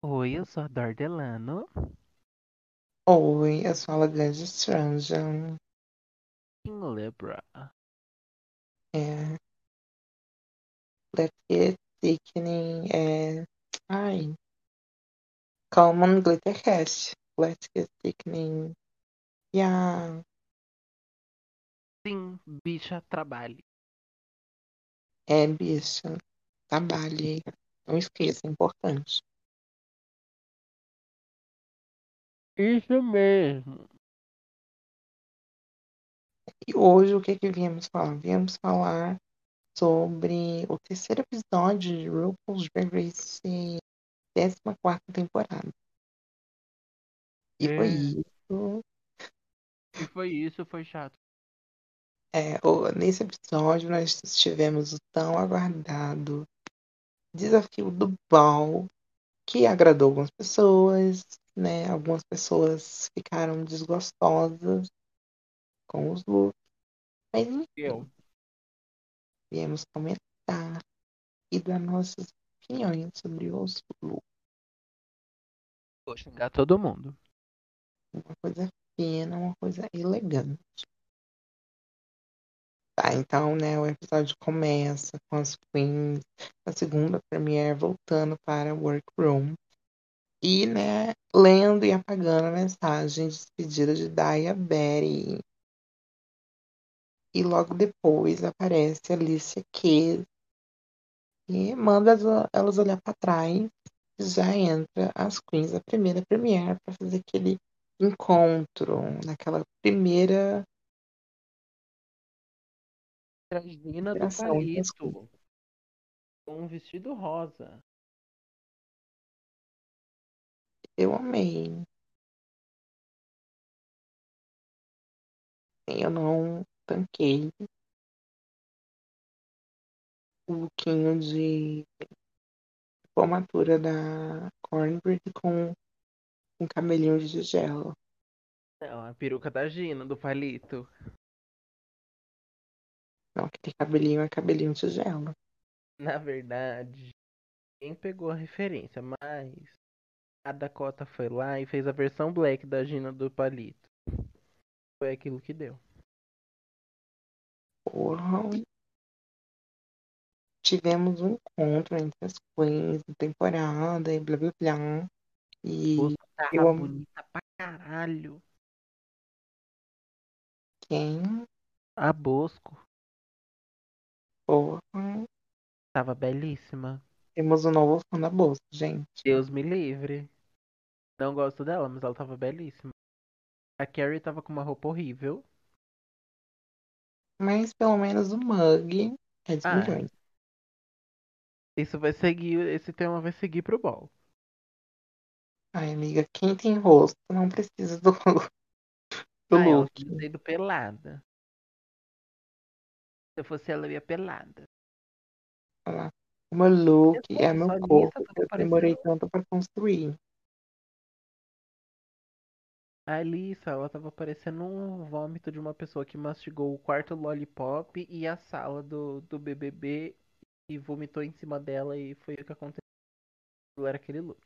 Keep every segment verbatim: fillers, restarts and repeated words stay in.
Oi, eu sou a Dordelano. Oi, eu sou a Lagrange Strange. Em Libra. É, let's get sickening. É, ai, common glittercast. Let's get sickening. Yeah, Sim, bicha, trabalhe. é, bicha, trabalhe. Não esqueça, é importante. Isso mesmo. E hoje o que que viemos falar? Viemos falar sobre o terceiro episódio de RuPaul's Drag Race, décima quarta temporada. E foi É. isso. E foi isso, foi chato. É, o- nesse episódio nós tivemos o tão aguardado Desafio do Bal, que agradou algumas pessoas, né? Algumas pessoas ficaram desgostosas com os looks, mas enfim, Eu. viemos comentar e dar nossas opiniões sobre os looks. Vou xingar todo mundo. Uma coisa fina, uma coisa elegante. Tá, então, né, o episódio começa com as queens da segunda premiere voltando para o workroom e, né, lendo e apagando a mensagem de despedida de Daya Betty. E logo depois aparece a Alicia Keys e manda as- elas olhar para trás. E já entra as queens da primeira premiere para fazer aquele encontro, naquela primeira Tragina do interação entre as queens. palito. Com um vestido rosa. Eu amei. Eu não tanquei o lookinho de formatura da Cornbread com um cabelinho de tigela. Não, a peruca da Gina, do palito. Não, aquele cabelinho é cabelinho de tigela. Na verdade, quem pegou a referência, mas a Dakota foi lá e fez a versão black da Gina do palito. Foi aquilo que deu. Porra, tivemos um encontro entre as queens da temporada e blá blá blá. E Bosco tava eu amo bonita pra caralho. quem, A Bosco porra. tava belíssima. Temos um novo fã da bolsa, gente. Deus me livre. Não gosto dela, mas ela tava belíssima. A Carrie tava com uma roupa horrível. Mas pelo menos o Mug é de Ah, milhões. isso vai seguir, esse tema vai seguir pro ball. Ai, amiga, quem tem rosto não precisa do, do Ah, ela look. podia ter ido pelada. Se eu fosse ela, eu ia pelada. Ela, o meu look é Exato, meu só a Lisa corpo que tava eu demorei parecendo. tanto para construir. A Alissa, ela tava parecendo um vômito de uma pessoa que mastigou o quarto lollipop e a sala do, do B B B e vomitou em cima dela e foi o que aconteceu. Era aquele look.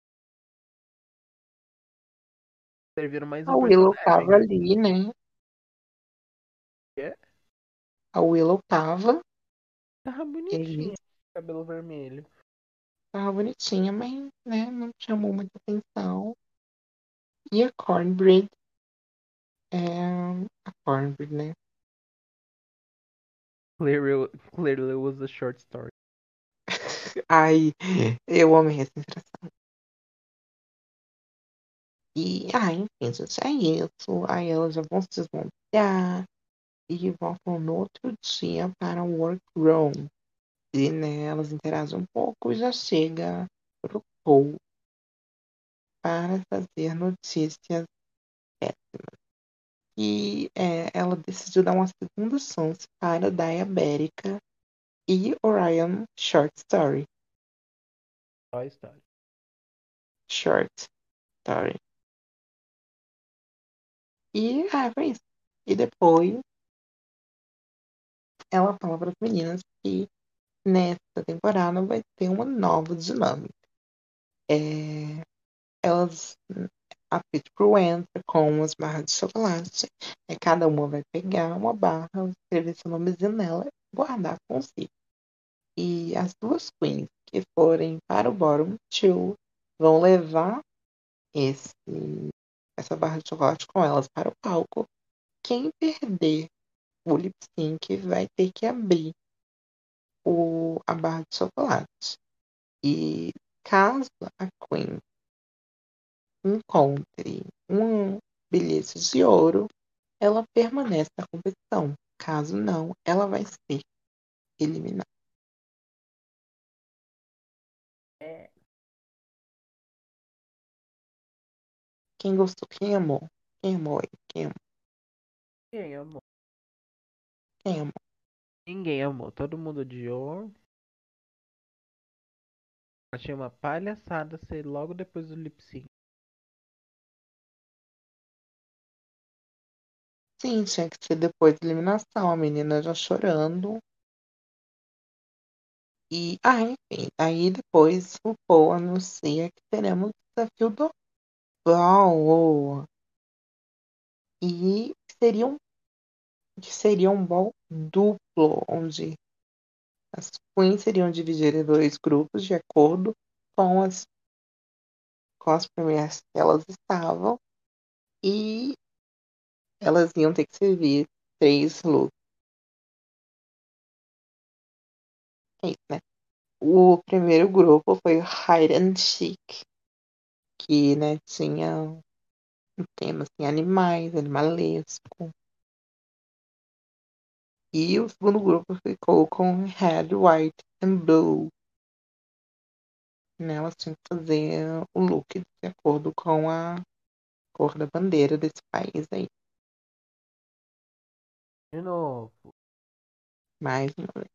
Serviram mais A um Willow personagem, tava né? ali, né? É, A Willow tava, tava e aí bonitinha, cabelo vermelho. tava bonitinha, mas, né, não chamou muita atenção. E a Cornbread, é, a Cornbread, né? Clearly, clearly was a short story. Ai, eu amei essa interação. E, ai, enfim, gente, é isso. Aí elas já vão se desmontar e voltam no outro dia para o workroom. E, né, elas interagem um pouco e já chega pro Paul para fazer notícias. E é, ela decidiu dar uma segunda chance para Diabética e Orion Short Story. Toy Story. Short Story. E ah, foi isso. E depois ela fala para as meninas que nessa temporada vai ter uma nova dinâmica. É, elas, a Pettigrew entra com as barras de chocolate. É, cada uma vai pegar uma barra, escrever seu nomezinho nela e guardar consigo. E as duas queens que forem para o bottom two vão levar esse, essa barra de chocolate com elas para o palco. Quem perder o lip sync vai ter que abrir o, a barra de chocolate. E caso a Queen encontre um bilhete de ouro, ela permanece na competição. Caso não, ela vai ser eliminada. É. Quem gostou? Quem amou? Quem amou aí? Quem amou? Quem amou? Quem amou? Ninguém amou. Todo mundo odiou. Achei uma palhaçada ser logo depois do lip sync. Sim, tinha que ser depois da eliminação. A menina já chorando. E, ah, enfim, aí depois o Paul anuncia que teremos o desafio do Ball. E seria um, que seria um ball duplo, onde as queens seriam divididas em dois grupos de acordo com as, com as premiers que elas estavam. E elas iam ter que servir três looks. É isso, né? O primeiro grupo foi o Hide and Seek, que, né, tinha um tema assim, animais, animalesco. E o segundo grupo ficou com Red, White and Blue. Né, elas tinham que fazer o look de acordo com a cor da bandeira desse país aí. De novo. Mais uma vez.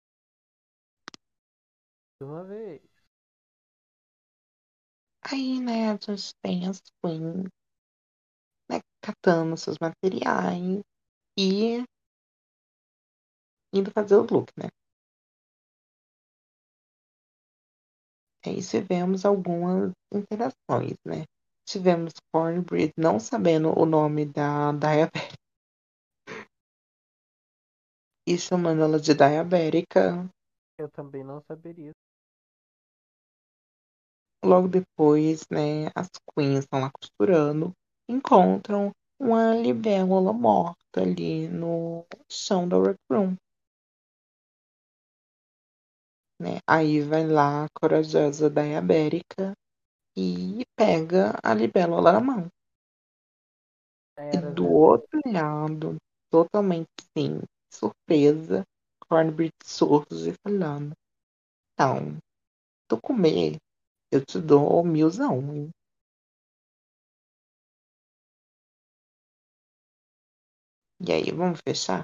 De uma vez. Aí, né, a gente tem as queens, né, catando seus materiais e indo fazer o look, né? Aí tivemos algumas interações, né? Tivemos Cornbread não sabendo o nome da Diabética e chamando ela de Diabética. Eu também não saberia. Logo depois, né, as queens estão lá costurando, encontram uma libélula morta ali no chão da workroom, né? Aí vai lá a corajosa Diabética e pega a libélula na mão. E Era do Zezé. outro lado, totalmente sim, surpresa, Cornbread surge e falando: Então, tu comer, eu te dou milzão, hein? E aí, vamos fechar?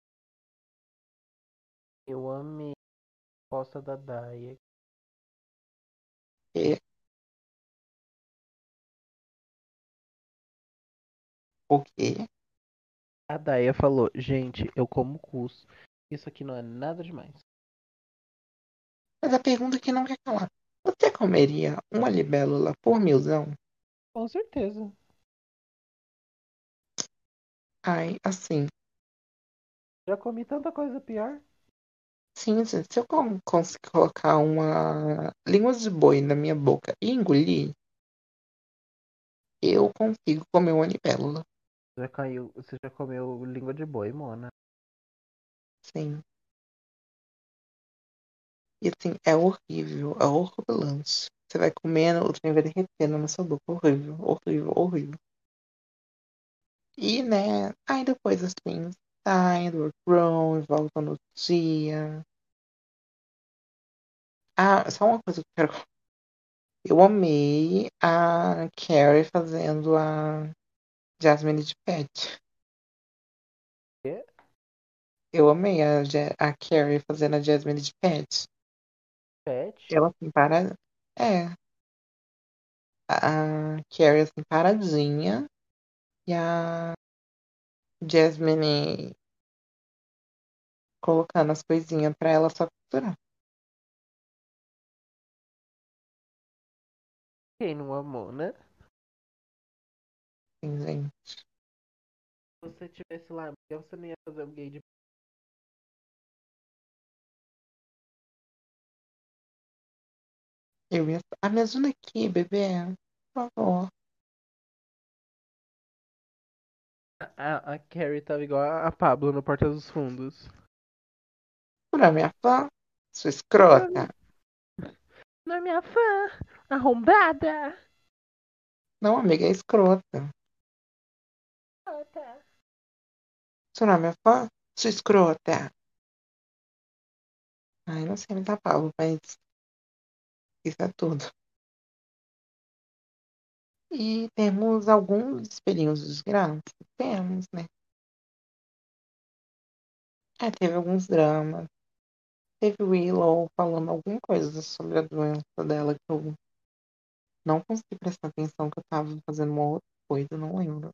Eu amei a resposta da Daya. É, o quê? A Daya falou, gente, eu como cus. Isso aqui não é nada demais. Mas a pergunta que não quer calar: você comeria uma libélula por milzão? Com certeza. Ai, assim, Já comi tanta coisa pior. sim, gente, se eu con- conseguir colocar uma língua de boi na minha boca e engolir, eu consigo comer uma libélula. Já caiu. Você já comeu língua de boi, Mona? Sim. E assim, é horrível, é horripilante. Você vai comendo, o trem vai derretendo na sua boca. Horrível, horrível, horrível. E, né, aí depois assim, saem do workroom e voltam no dia. Ah, só uma coisa que eu quero. Eu amei a Carrie fazendo a Jasmine de Pet. Quê? Eu amei a, Ja- a Carrie fazendo a Jasmine de Pet. Pet? Ela assim, para. É, a Carrie assim, paradinha. E a Jasmine colocando as coisinhas pra ela só costurar. Quem não amou, né? Sim, gente. Se você tivesse lá, você não ia fazer o gay de. Eu ia. Ah, me ajuda aqui, bebê. Por favor. A, a Carrie tava igual a Pablo no Porta dos Fundos. Por minha fã, sua Não, escrota. não é minha fã, arrombada. Não, amiga, é escrota. Ah, tá. Seu nome é fã? Sua escrota. Ai, não sei imitar Pablo, mas isso é tudo. E temos alguns espelhinhos dos graus? Temos, né? É, teve alguns dramas. Teve Willow falando alguma coisa sobre a doença dela que eu não consegui prestar atenção, que eu tava fazendo uma outra coisa, não lembro.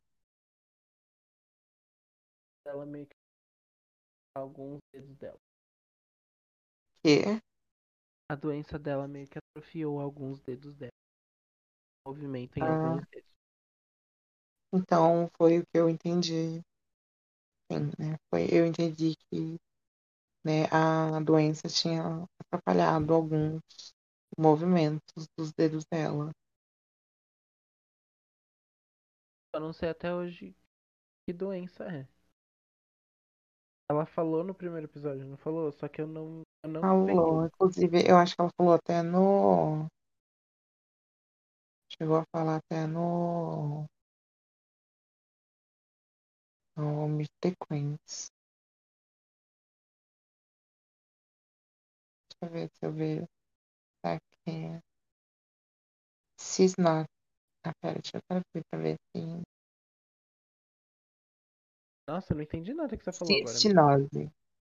Ela meio que alguns dedos dela. Que? A doença dela meio que atrofiou alguns dedos dela. Movimento em Ah, alguns dedos. então foi o que eu entendi. Sim, né? Foi, eu entendi que, né, a doença tinha atrapalhado alguns movimentos dos dedos dela. Eu não sei até hoje que doença é. Ela falou no primeiro episódio, não falou? Só que eu não, eu não peguei. Falou, inclusive, eu acho que ela falou até no. Chegou a falar até no. No Meet the Queens. Deixa eu ver se eu vejo aqui. Cisnot. Ah, pera, deixa eu ver pra ver se. Nossa, eu não entendi nada que você falou agora, amigo. Cistinose.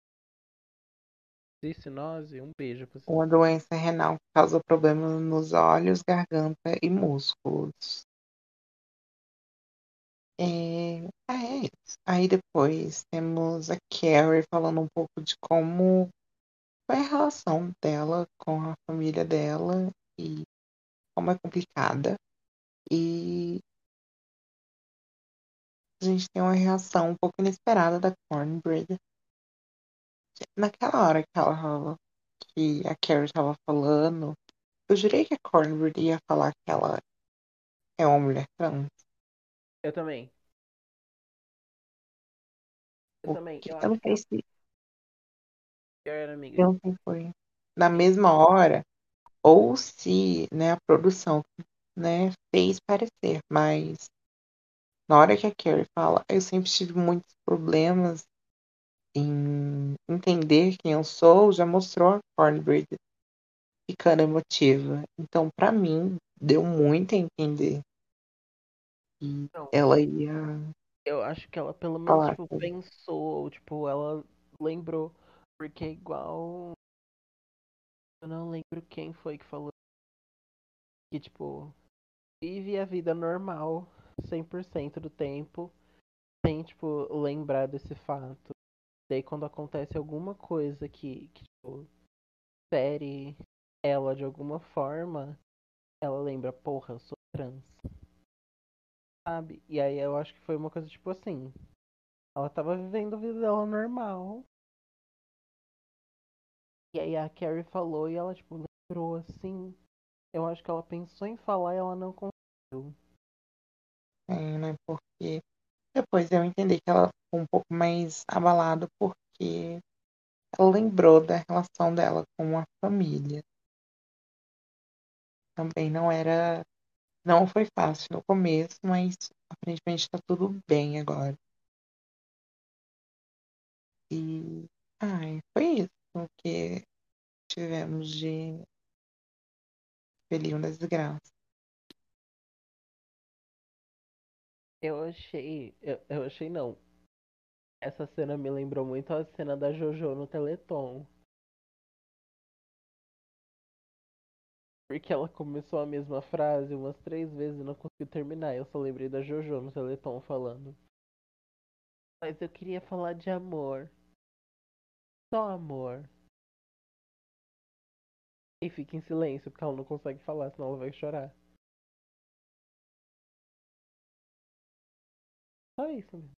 Cicinose, um beijo pra você. Uma doença renal que causa problemas nos olhos, garganta e músculos. É, ah, é isso. Aí depois temos a Carrie falando um pouco de como foi a relação dela com a família dela e como é complicada. E a gente tem uma reação um pouco inesperada da Cornbread. Naquela hora que, ela, que a Carrie estava falando, eu jurei que a Cornbread ia falar que ela é uma mulher trans. Eu também. Eu também. Porque Eu eu não acho que sei a se, pior era amiga. eu não sei se foi na Sim. mesma hora ou se, né, a produção, né, fez parecer, mas na hora que a Carrie fala, eu sempre tive muitos problemas em entender quem eu sou, já mostrou a Cornbread ficando emotiva. Então, pra mim, deu muito a entender que Não, ela ia eu acho que ela pelo menos, falar tipo, com ele. pensou, ou, tipo, ela lembrou. Porque é igual. Eu não lembro quem foi que falou que, tipo, vive a vida normal cem por cento do tempo, sem, tipo, lembrar desse fato. Daí quando acontece alguma coisa que, que tipo, fere ela de alguma forma, ela lembra, porra, eu sou trans, sabe? E aí eu acho que foi uma coisa tipo assim, ela tava vivendo a vida dela normal. E aí a Carrie falou e ela, tipo, lembrou assim. Eu acho que ela pensou em falar e ela não conseguiu. É, né? Porque depois eu entendi que ela ficou um pouco mais abalada porque ela lembrou da relação dela com a família. Também não era, não foi fácil no começo, mas aparentemente está tudo bem agora. E, ai, foi isso que tivemos de Feliz das Desgraças. Eu achei. Eu, eu achei não. Essa cena me lembrou muito a cena da Jojo no Teleton. Porque ela começou a mesma frase umas três vezes e não conseguiu terminar. Eu só lembrei da Jojo no Teleton falando. Mas eu queria falar de amor. Só amor. E fica em silêncio, porque ela não consegue falar, senão ela vai chorar. Só isso mesmo.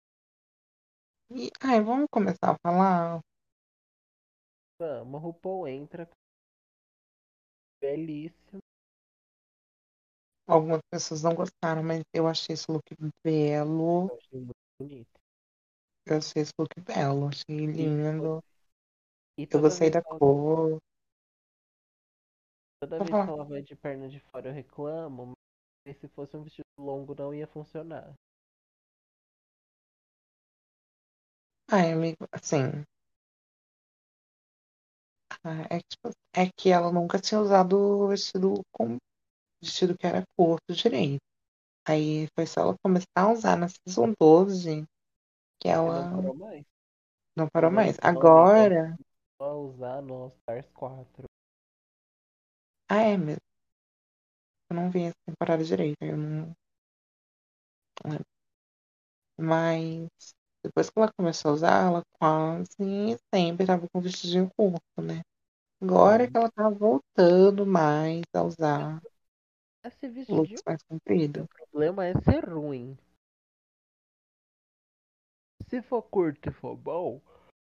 E, ai, vamos começar a falar. Vamos, RuPaul entra belíssimo. Algumas pessoas não gostaram, mas eu achei esse look belo. Eu achei muito bonito. Eu achei esse look belo, achei E, foi- lindo. e Eu toda gostei vez da que ela, cor. toda Vou vez que falar, ela vai de perna de fora eu reclamo, mas se fosse um vestido longo não ia funcionar. ai, amigo, assim, ah, é que, tipo, é que ela nunca tinha usado o vestido com vestido que era curto direito. Aí foi só ela começar a usar na Season doze que E não ela parou mais. não parou Ela mais. entrou, amiga, Agora, a usar no All Stars quatro. ah, é mesmo. Eu não vi essa temporada direito, eu não não lembro. Mas depois que ela começou a usar, ela quase sempre tava com vestidinho curto, né? Agora Não, que ela tá voltando mais a usar esse looks vestidinho, mais o compridos. problema é ser ruim. Se for curto e for bom,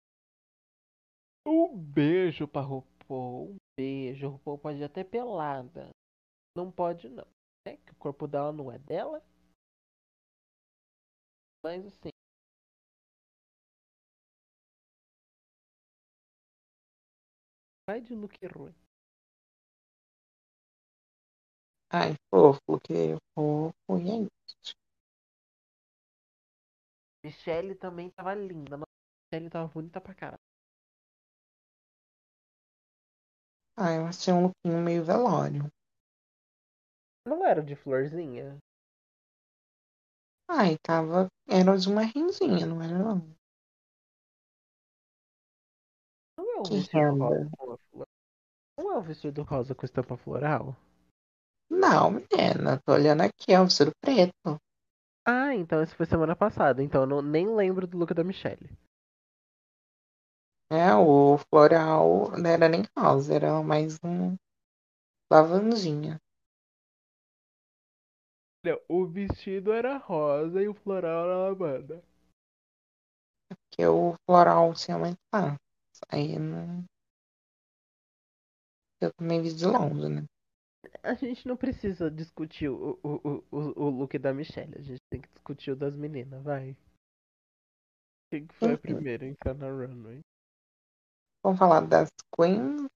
um beijo pra RuPaul. Um beijo. RuPaul pode ir até pelada. Não pode não. É que o corpo dela não é dela. Mas assim, vai de look ruim. Ai, fofo, que fofo, e aí? Michelle também tava linda. Nossa, Michelle tava bonita pra caralho. Ah, eu achei um lookinho meio velório. Não era de florzinha? Ai, tava. Era de uma rendinha, não era não. Não é um Que vestido rosa renda. com a flor. Não é um vestido rosa com estampa floral? Não, menina, tô olhando aqui, é um vestido preto. Ah, então esse foi semana passada. Então eu não, nem lembro do look da Michelle. É, o floral não era nem rosa, era mais um lavandinha. Não, o vestido era rosa e o floral era lavanda. Porque o floral tinha muito espaço. Aí não. Eu também vi de longe, né? A gente não precisa discutir o, o, o, o o look da Michelle. A gente tem que discutir o das meninas, vai. Quem que foi a Enfim, primeira a entrar na runway? vamos falar das queens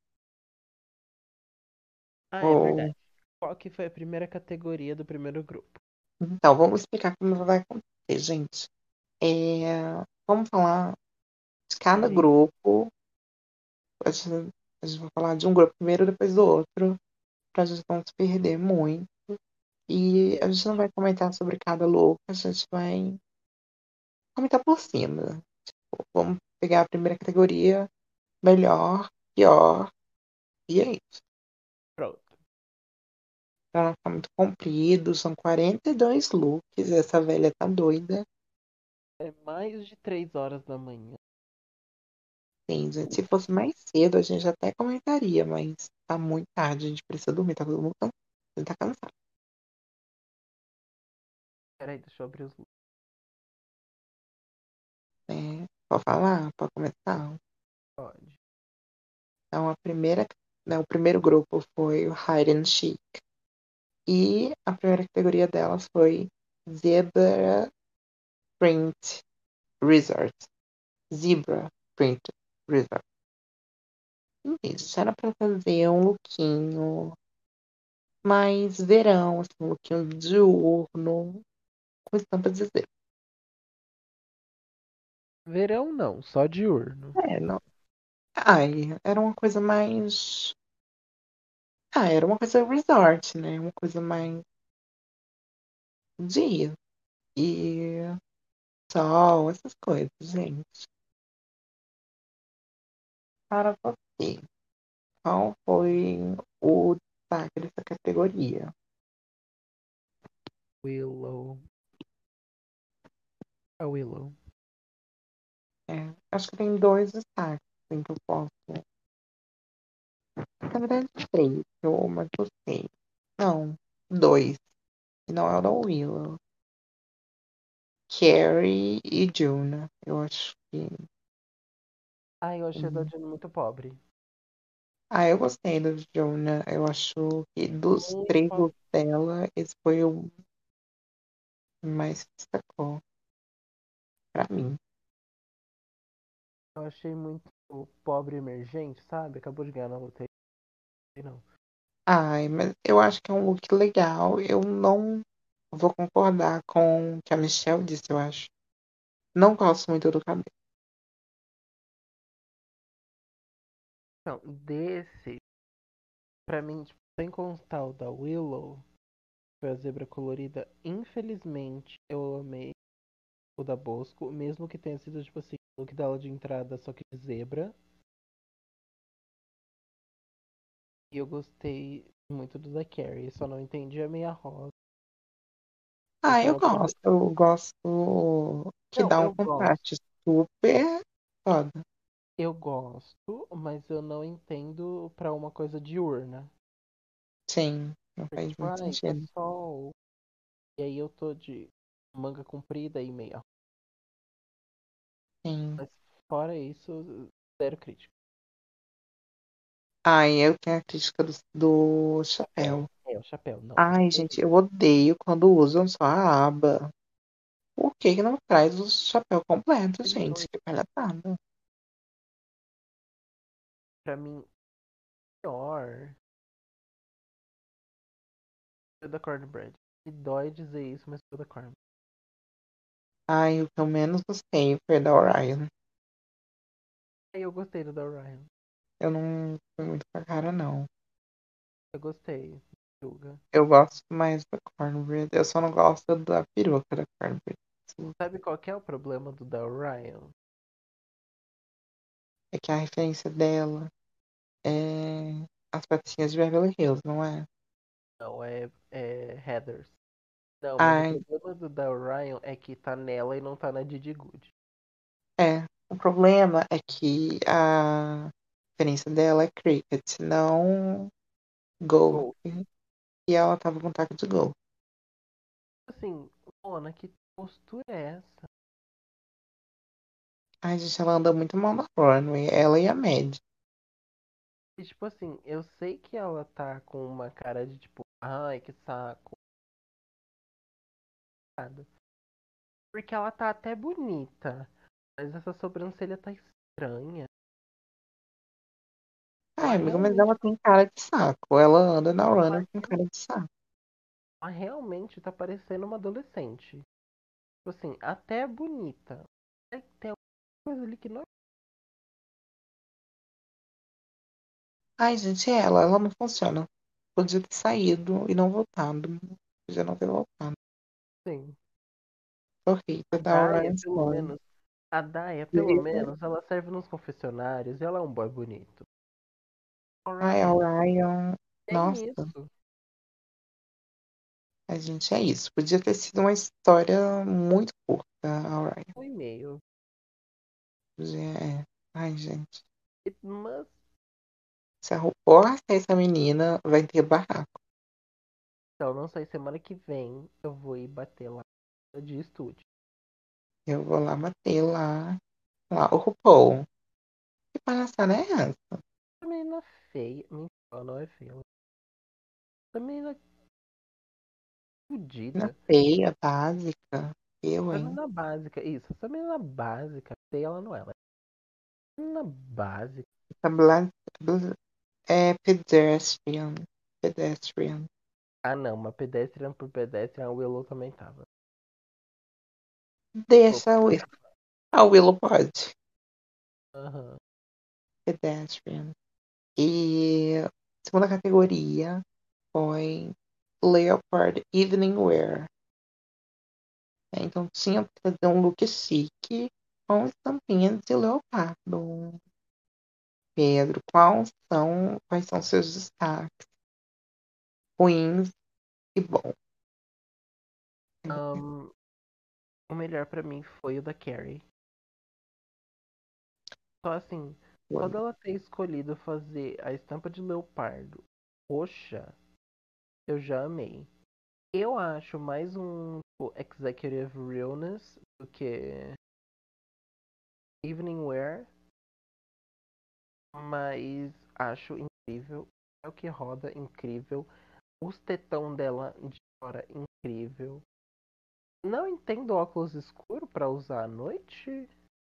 Ah, é ou. verdade. Qual que foi a primeira categoria do primeiro grupo? Então, vamos explicar como vai acontecer, gente. É, vamos falar de cada Gente, grupo. A gente, a gente vai falar de um grupo primeiro, depois do outro, pra gente não se perder muito. E a gente não vai comentar sobre cada look, a gente vai comentar por cima. Vamos pegar a primeira categoria, melhor, pior, e é isso. pronto. Pra não ficar muito comprido, são quarenta e dois looks, essa velha tá doida. É mais de três horas da manhã. Sim, gente, se fosse mais cedo, a gente até comentaria, mas tá muito tarde, a gente precisa dormir, tá todo mundo cansado. Ele tá cansado, Peraí, deixa eu abrir os looks. né? Pode falar, pode começar. Pode. Então, a primeira, né, o primeiro grupo foi o Hide and Chic. E a primeira categoria delas foi Zebra Print Resort. Zebra Print Resort. Isso, era pra fazer um lookinho mais verão, assim, um lookinho diurno, com estampa de zebra. Verão não, só diurno. É, não. Ai, era uma coisa mais. Ah, era uma coisa resort, né? Uma coisa mais dia. E sol, essas coisas, gente. Para você, qual foi o destaque dessa categoria? Willow. A Willow. É, acho que tem dois destaques assim, que eu posso. Na verdade, três, que eu mais gostei. Não, dois. E não é o da Willow. Carrie e Juna. Eu acho que. Ai, eu achei a da hum, June muito pobre. Ah, eu gostei do Juna. Eu acho que dos Muito três pobre. looks dela, esse foi o mais se destacou pra mim. Eu achei muito pobre emergente, sabe? Acabou de ganhar na loteria, não. Ai, mas eu acho que é um look legal. Eu não vou concordar com o que a Michelle disse, eu acho. Não gosto muito do cabelo. Então, desse, pra mim, tipo, sem contar o da Willow, que foi a zebra colorida, infelizmente eu amei o da Bosco, mesmo que tenha sido, tipo assim, o look dela de entrada, só que de zebra. E eu gostei muito do da Carrie, só não entendi a meia rosa, Ah, porque eu ela tava. gosto. Eu gosto que Não, dá um eu gosto. contraste super foda. Eu gosto, mas eu não entendo pra uma coisa diurna. Sim, não Porque, faz tipo, muito ai, tá sentido. sol. E aí eu tô de manga comprida e meia. Sim. Mas fora isso, zero crítica. Ai, eu tenho a crítica do, do Chapéu. chapéu. É, o chapéu, não. O Ai, chapéu é gente, horrível. eu odeio quando usam só a aba. Por que que não traz o chapéu completo, Não, gente? Que palhaçada. pra mim, pior foi o da Cornbread. Me dói dizer isso, mas foi o da Corn. Ai, o que eu menos gostei foi da Orion. Aí eu gostei do da Orion. Eu não fui muito com a cara, não. Eu gostei. Julga. Eu gosto mais da Cornbread. Eu só não gosto da peruca da Cornbread. Sabe qual que é o problema do da Orion? É que a referência dela é as patinhas de Beverly Hills, não é? Não, é, é Heathers. Não, mas o Ai, problema do da Orion é que tá nela e não tá na Didi Good. é. O problema é que a referência dela é Cricket, não Gold. Gol. E ela tava com taco de Gold. Assim, Mona, que postura é essa? Ai, gente, ela anda muito mal na runway. Ela e a Mad. E, tipo assim, eu sei que ela tá com uma cara de tipo, ai, que saco. Nada. Porque ela tá até bonita. Mas essa sobrancelha tá estranha. Ela Ai, amiga, mas realmente, ela tem cara de saco. Ela anda na ela, runway com cara de saco. ela realmente tá parecendo uma adolescente. Tipo assim, até bonita. Tem tem alguma coisa ali que não é. Ai, gente, é ela, ela não funciona. Podia ter saído e não voltado. Podia não ter voltado. Assim. Tô A hater da Daya, Orion pelo Stone. menos. A Daya, pelo Viu? menos, ela serve nos confessionários e ela é um boy bonito. Ai, a Orion, Orion. é Nossa, isso. a gente é isso. Podia ter sido uma história muito curta, a Orion. Um e-mail. É. Ai, gente. Mas, Se a RuPaul arrastar essa menina, vai ter barraco. então, não sei, semana que vem eu vou ir bater lá de estúdio. Eu vou lá bater lá. Lá, o RuPaul. Que palhaçada é essa? A menina feia. Mentira, não é feia. A menina Na fudida. feia, básica. Eu, A hein? menina básica. Isso, essa menina básica. Feia ela não é. Ela é menina básica. Essa bla- bla- É pedestrian. Pedestrian. Ah, não, uma pedestrian por pedestrian, a Willow também tava. Deixa a Opa. Willow. A Willow pode. Aham. Pedestrian. E segunda categoria foi Leopard Evening Wear. É, então tinha que fazer um look chique com estampinhas de leopardo. Pedro, quais são, quais são seus destaques? Ruins e bons. Ahn, o melhor pra mim foi o da Carrie. Só assim, quando ela ter escolhido fazer a estampa de leopardo roxa, eu já amei. Eu acho mais um tipo, executive realness do que evening wear, mas acho incrível. É o que roda incrível. Os tetão dela de fora incrível. Não entendo óculos escuro pra usar à noite,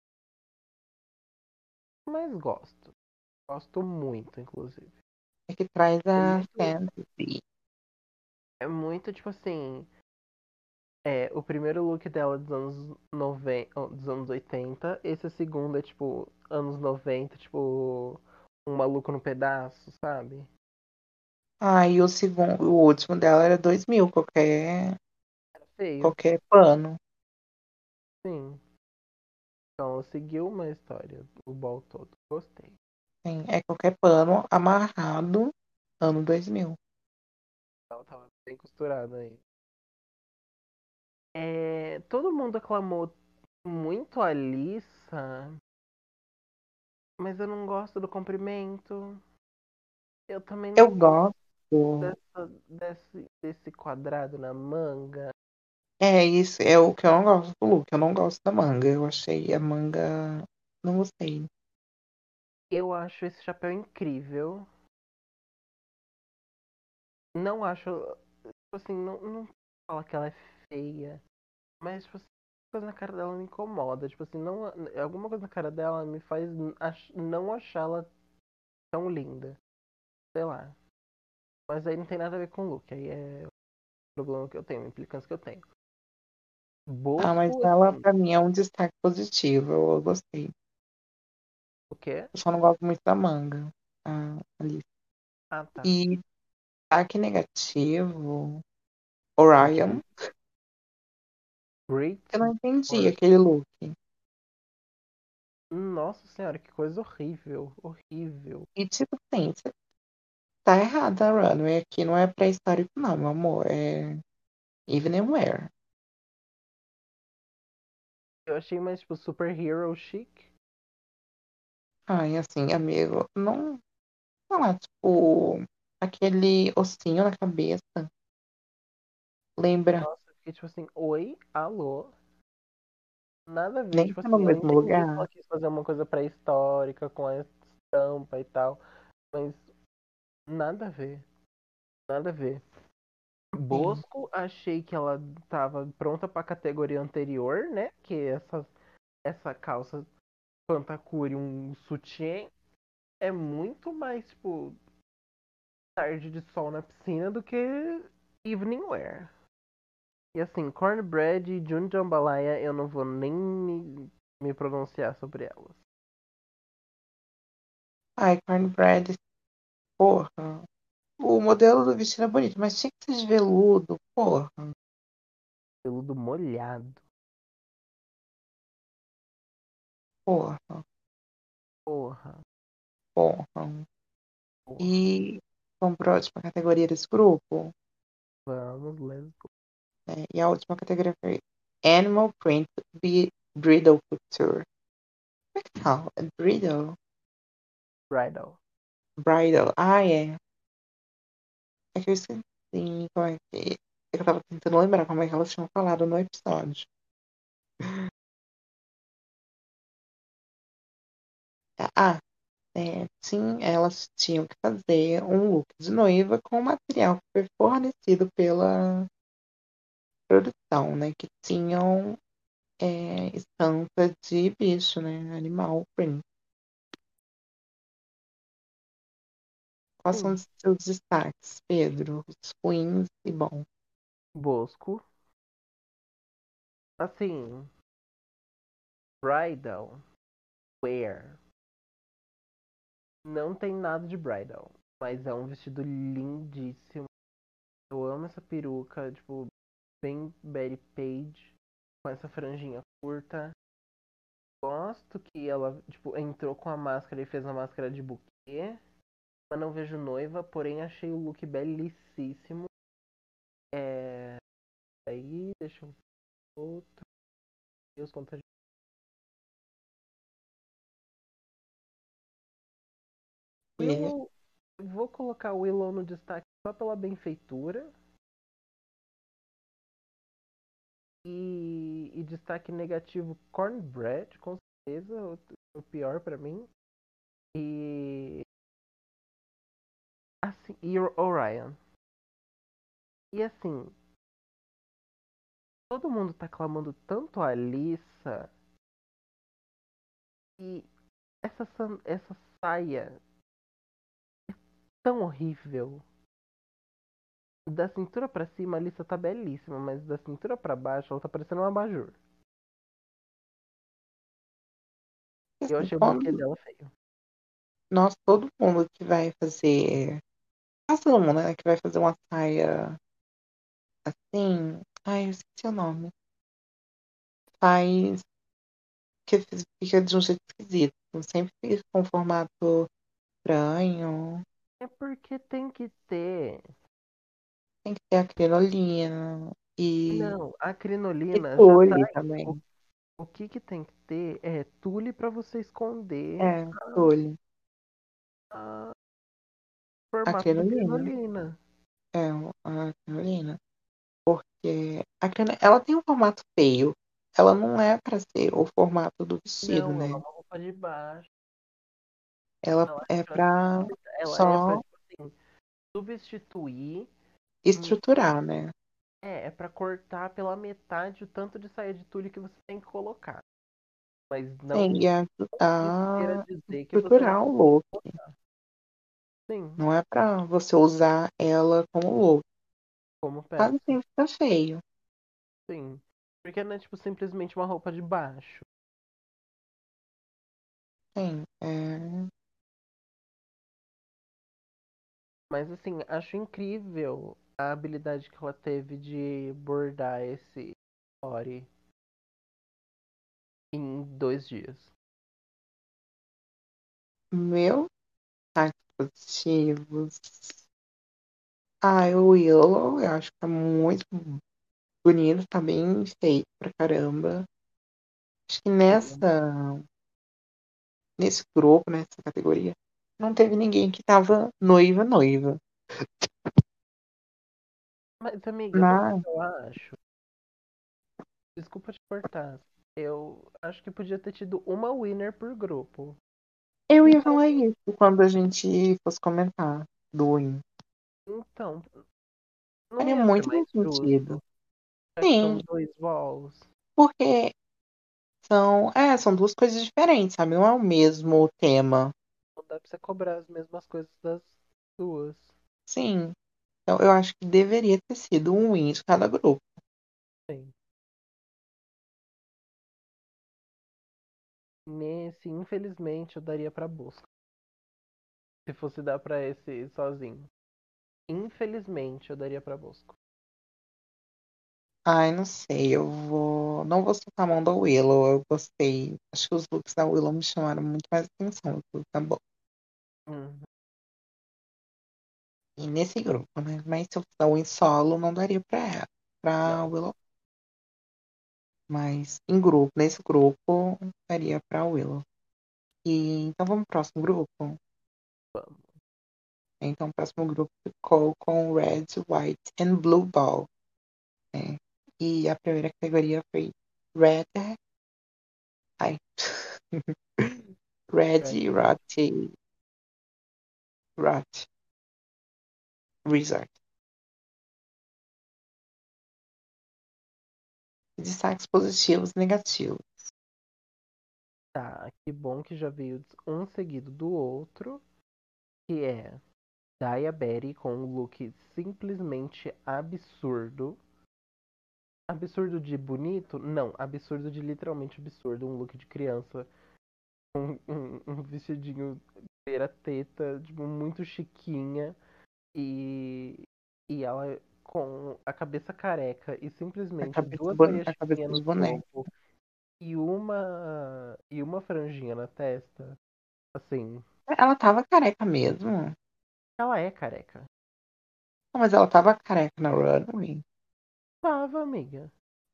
mas gosto. Gosto muito, inclusive. É que traz É a muito, fantasy. é muito tipo assim. É, o primeiro look dela dos anos noventa, dos anos oitenta. Esse segundo é tipo anos noventa, tipo um maluco no pedaço, sabe? Ah, e o segundo, o último dela era dois mil, qualquer, Era feio, qualquer pano. sim. Então ela seguiu uma história, o ball todo. Gostei. Sim, é qualquer pano amarrado, ano dois mil. Ela tava bem costurada aí. É, todo mundo aclamou muito a Lisa, mas eu não gosto do comprimento. Eu também Eu não gosto gosto. dessa, desse, desse quadrado na manga. É isso, é o que eu não gosto do look. Eu não gosto da manga. Eu achei a manga. Não gostei. Eu acho esse chapéu incrível. Não acho, tipo assim, não, não fala que ela é feia, mas tipo assim, coisa na cara dela me incomoda. Tipo assim, não, alguma coisa na cara dela me faz ach- não achá-la tão linda. Sei lá. Mas aí não tem nada a ver com o look. Aí é o problema que eu tenho, a implicância que eu tenho. Ah, mas Bosco, ela, assim, pra mim, é um destaque positivo. Eu, eu gostei. o quê? Eu só não gosto muito da manga. Ah, ali. Ah, tá. E destaque negativo, O quê? Orion. Great Eu não entendi or... aquele look. Nossa senhora, que coisa horrível. Horrível. E tipo assim, você tá errada a runway aqui. Não é pré-histórico, não, meu amor. É evening wear. Eu achei mais, tipo, super hero chic. Ai, assim, amigo, não. Não é tipo aquele ossinho na cabeça. Lembra? Nossa, eu fiquei tipo assim, oi, alô. Nada a ver, Nem tipo tá no assim, eu mesmo entendi que ela lugar. quis fazer uma coisa pré-histórica com a estampa e tal, mas nada a ver, nada a ver. Sim. Bosco, achei que ela tava pronta pra categoria anterior, né? Que essa, essa calça pantacure, um sutiã, é muito mais, tipo, tarde de sol na piscina do que evening wear. E assim, Cornbread e June Jambalaya, eu não vou nem me, me pronunciar sobre elas. Ai, cornbread, porra. O modelo do vestido é bonito, mas tinha que ser de veludo, porra. Peludo molhado. Porra, Porra, porra. porra. E comprou a última categoria desse grupo. Vamos, let's go. Né? E a última categoria foi Animal Print Be- Bridal Couture. Como é que fala? É Bridal? Bridal. Bridal. Ah, é. É que eu esqueci como é que. É que eu tava tentando lembrar como é que elas tinham falado no episódio. Ah, é, sim, elas tinham que fazer um look de noiva com o material que foi fornecido pela produção, né? Que tinham é, estampa de bicho, né? Animal print. Quais são Sim. os seus destaques, Pedro? Os ruins e bons. Bosco. Assim, bridal. Wear. Não tem nada de bridal. Mas é um vestido lindíssimo. Eu amo essa peruca, tipo, bem Betty Page. Com essa franjinha curta. Gosto que ela, tipo, entrou com a máscara e fez a máscara de buquê. Mas não vejo noiva, porém achei o look belíssimo. É... Aí, deixa eu ver outro. Deus, quanta gente. E Willow, vou colocar o Willow no destaque só pela benfeitura. destaque negativo, Cornbread, com certeza, o, o pior pra mim. E. Assim, e o Orion. E assim, todo mundo tá clamando tanto a Alissa. E essa, san- essa saia tão horrível. Da cintura pra cima, a Alissa tá belíssima, mas da cintura pra baixo, ela tá parecendo um abajur. Eu Assim, achei o buquê quando dela feio. nós, todo mundo que vai fazer. Quase todo mundo, né? Que vai fazer uma saia assim. Ai, eu esqueci o nome. Faz. Que fica de um jeito esquisito. Sempre fica com um formato estranho. É porque tem que ter. Tem que ter a crinolina. E, Não, a e crinolina já tá tule aí. O, também. o que que tem que ter é tule pra você esconder É, tule. o A formato da crinolina. crinolina. É, a crinolina. Porque a crino... ela tem um formato feio. Ela não é pra ser o formato do vestido, Não, ela é né? uma roupa de baixo. Ela Ela, é ela, pra ela é pra, só tipo assim, substituir. hum, estruturar, né? É, é pra cortar pela metade o tanto de saia de tule que você tem que colocar. Mas Sim, não e isso queira ajudar a dizer que você não estruturar o pode look. botar. Sim, Não é pra você usar ela como look. como Quase peça. sempre fica feio. Sim. Porque não é tipo simplesmente uma roupa de baixo. Sim, é... Mas assim, acho incrível a habilidade que ela teve de bordar esse story em dois dias. Meu ataques positivos. Ah, o Willow, eu acho que tá muito bonito, tá bem feito pra caramba. Acho que Sim. nessa, nesse grupo, nessa categoria, não teve ninguém que tava noiva, noiva. Mas, amiga, sabe o que Mas eu acho? Desculpa te cortar. Eu acho que podia ter tido uma winner por grupo. eu ia falar Sinceramente. isso quando a gente fosse comentar do Win. Então, não Faria ia ser muito mais mais sentido. justo, já que Sim, são dois vols. porque são, é, são duas coisas diferentes, sabe? Não é o mesmo tema. Não dá pra você cobrar as mesmas coisas das duas. Sim. Então eu acho que deveria ter sido um win de cada grupo. Sim. Nesse, infelizmente, eu daria pra Bosco. Se fosse dar pra esse sozinho. Infelizmente, eu daria pra Bosco. Ai, não sei, eu vou. Não vou soltar a mão da Willow, eu gostei. Acho que os looks da Willow me chamaram muito mais atenção do que o da Bo. Hum, E nesse grupo, né? Mas se eu fosse dar um em solo, não daria pra ela, pra não, Willow. Mas em grupo, nesse grupo, daria pra Willow. E então vamos pro próximo grupo? vamos. Então o próximo grupo ficou com Red, White and Blue Ball. Né? E a primeira categoria foi Red. Ai. Red, Red Red. Rot, Rot Resort. Destaques positivos e negativos. Tá, que bom que já veio um seguido do outro. Que é Daya Berry com um look simplesmente absurdo. Absurdo de bonito? Não, absurdo de literalmente absurdo. Um look de criança. Um, um, um vestidinho beira teta, tipo, muito chiquinha. E, e ela com a cabeça careca e A simplesmente cabeça, duas bo- a meias cabeça chiquinhas dos no bonecos. topo e uma e uma franjinha na testa. Assim, Ela tava careca mesmo. ela é careca. Não, mas ela tava careca na runway. Tava, amiga.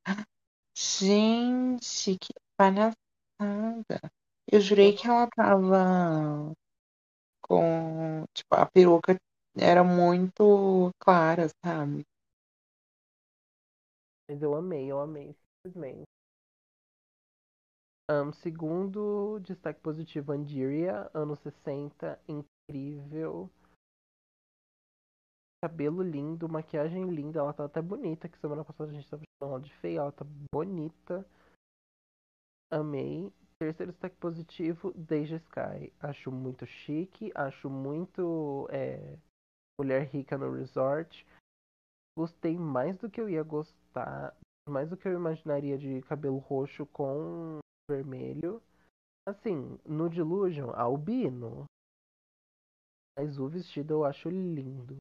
Gente, que palhaçada. Eu Eu jurei que ela tava com. Tipo, a peruca era muito clara, sabe? Mas eu amei, eu amei, simplesmente. Um, segundo destaque positivo, Andiria, anos sessenta, incrível. Cabelo lindo, maquiagem linda, ela tá até bonita, que semana passada a gente tava chamando ela de feia, ela tá bonita. Amei. Terceiro destaque positivo, Deja Sky. Acho muito chique, acho muito é, mulher rica no resort. Gostei mais do que eu ia gostar, mais do que eu imaginaria de cabelo roxo com vermelho. Assim, no Delusion, albino. Mas o vestido eu acho lindo.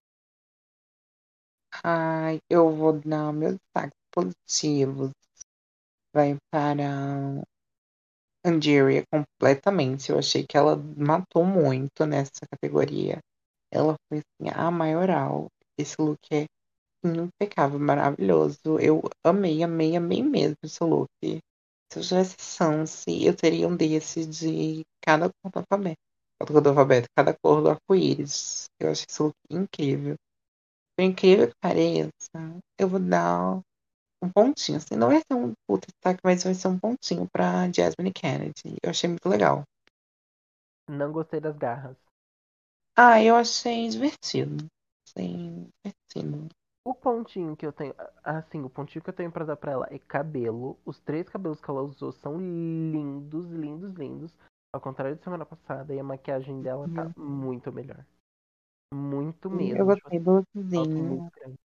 Ai, eu vou dar meus destaques positivos. Vai para Angeria completamente. Eu achei que ela matou muito nessa categoria. Ela foi assim, a maioral. Esse look é impecável, maravilhoso. Eu amei, amei, amei mesmo esse look. Se eu tivesse chance, eu teria um desse de cada cor do alfabeto. Cada cor do alfabeto, cada cor do arco-íris. Eu achei esse look incrível. Por incrível que pareça, eu vou dar um pontinho. Assim, não vai ser um puta destaque, mas vai ser um pontinho pra Jasmine Kennedy. Eu achei muito legal. Não gostei das garras. Ah, eu achei divertido. Achei divertido. O pontinho que eu tenho. Assim, o pontinho que eu tenho pra dar pra ela é cabelo. Os três cabelos que ela usou são lindos, lindos, lindos. Ao contrário da semana passada, e a maquiagem dela tá Uhum. muito melhor. Muito Eu mesmo. Tipo gostei assim, do um salto muito lookzinho. grande.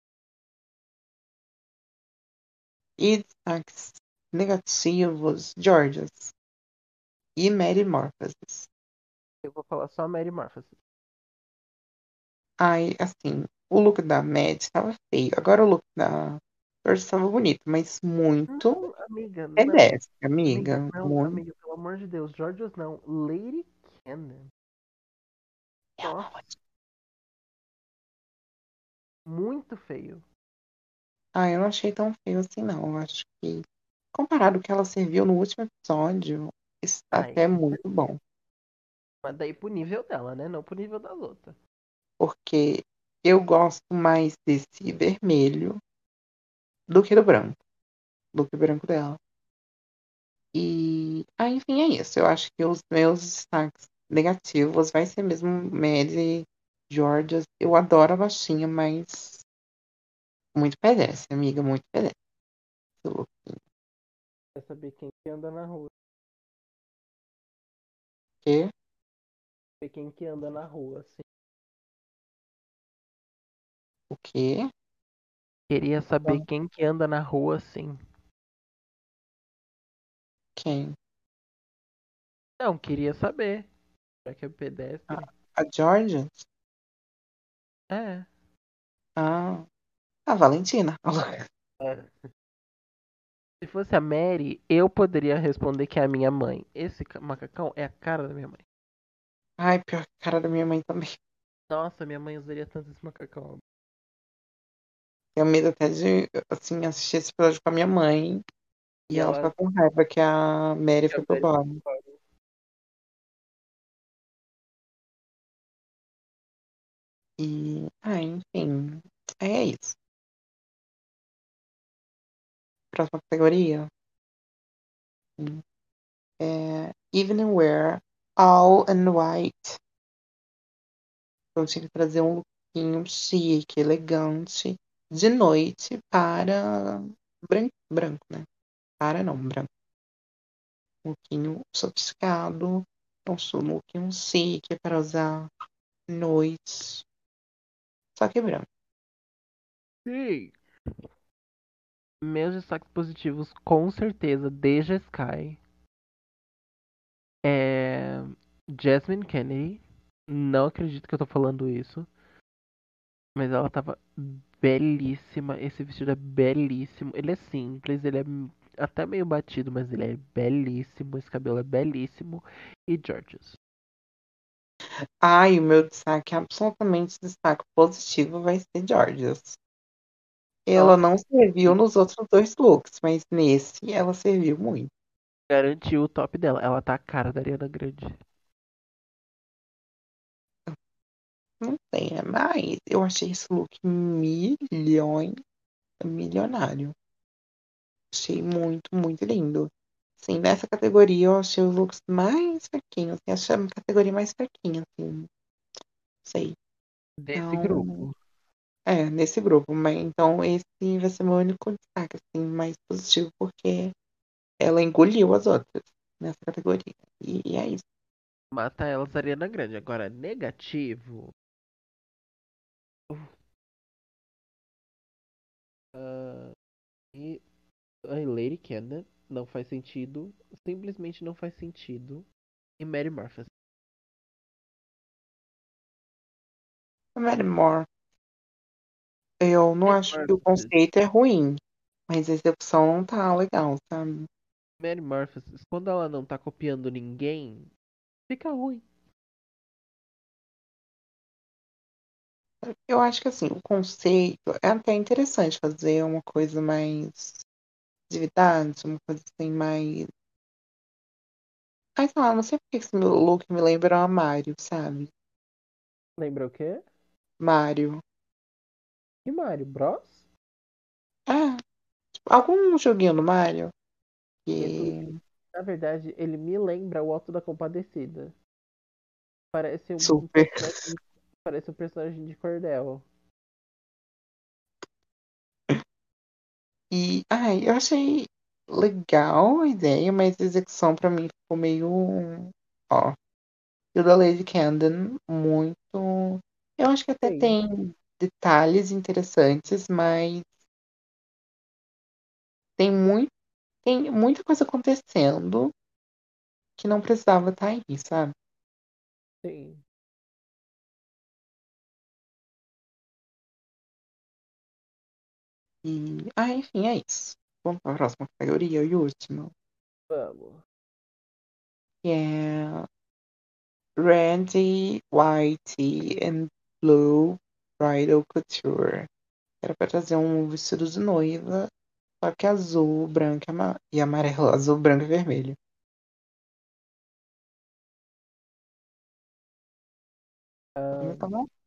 E destaques negativos, Georges e Mary Morphosis. Eu vou falar só a Mary Morphosis. Ai, assim, o look da Mad estava feio. Agora o look da George estava bonito, mas muito Não, amiga, não. pedestre, Amiga, amiga. não, Muito. amiga, pelo amor de Deus. Georgios não. Lady Cannon. Nossa, muito feio. Ah, eu não achei tão feio assim, não. Eu acho que, comparado ao que ela serviu no último episódio, está Ai, até com muito certeza. bom. Mas daí pro nível dela, né? Não pro nível das outras. Porque eu gosto mais desse vermelho do que do branco. Do que o branco dela. E, ah, enfim, é isso. Eu acho que os meus destaques negativos vai ser mesmo Maddie, Georgia. Eu adoro a baixinha, mas muito pedestre, amiga, muito pedestre. Quer saber quem que anda na rua? Porque, Ver quem que anda na rua, assim. o quê? Queria saber quem que anda na rua, assim. Quem? Não, queria saber. Já que é A, pedestre. a Georgia? É. Ah, a Valentina. É. Se fosse a Mary, eu poderia responder que é a minha mãe. Esse ca- macacão é a cara da minha mãe. Ai, pior que a cara da minha mãe também. Nossa, minha mãe usaria tanto esse macacão. Tenho medo até de, assim, assistir esse episódio com a minha mãe E e ela ela. ficar com raiva que a Mary Que a foi pro Mary foi bottom. embora. E, ah, enfim, é isso. Próxima categoria. É, evening wear, all in white. Eu tinha que trazer um lookinho chique, elegante, de noite para branco, branco, né? Para não, branco. Um lookinho sofisticado, um lookinho chique para usar à noite. Só que branco. Sim. Meus destaques positivos, com certeza, desde a Sky. É. Jasmine Kennedy. Não acredito que eu tô falando isso. Mas ela tava belíssima. Esse vestido é belíssimo. Ele é simples, ele é até meio batido, mas ele é belíssimo. Esse cabelo é belíssimo. E Georges. Ai, o meu destaque, absolutamente destaque positivo, vai ser Georgia's. Ela Nossa, não serviu nos outros dois looks, mas nesse ela serviu muito. garantiu o top dela. Ela tá a cara da Ariana Grande. Não tem, né? Mas eu achei esse look milhões, milionário. Achei muito, muito lindo. Assim, nessa categoria eu achei os looks mais fraquinhos. Assim, achei a categoria mais fraquinha, assim. Não sei. Desse Então, grupo. é, nesse grupo. Mas, então, esse vai ser meu único destaque, assim, mais positivo, porque ela engoliu as outras nessa categoria. E, e é isso. Mata elas Ariana Grande. Agora, negativo. ah, e a Lady Cannon não faz sentido. Simplesmente não faz sentido. E Mary Martha. A Mary Moore, eu não Mary acho que o Martha. conceito é ruim, mas a execução não tá legal, sabe? Mary Martha. Quando ela não tá copiando ninguém, fica ruim. Eu acho que assim, o conceito é até interessante fazer uma coisa mais atividades, uma coisa assim mais. Ai, sei lá, não sei porque que esse meu look me lembra a Mario, sabe? Lembra o quê? Mario. E Mario Bros? É, tipo, algum joguinho do Mario Ele, que. na verdade, ele me lembra o Alto da Compadecida. Parece um Super. personagem, parece um personagem de cordel. E, ai, eu achei legal a ideia, mas a execução pra mim ficou meio. Ó. E o da Lady Camden, muito. Eu acho que até Sim, tem detalhes interessantes, mas tem muito, tem muita coisa acontecendo que não precisava estar aí, sabe? sim. E, ah, enfim, é isso. Vamos para a próxima categoria e última, Vamos. que é Randy, White and Blue Bridal Couture. Era para trazer um vestido de noiva, só que azul, branco e ama- e amarelo, azul, branco e vermelho. Não tá bom?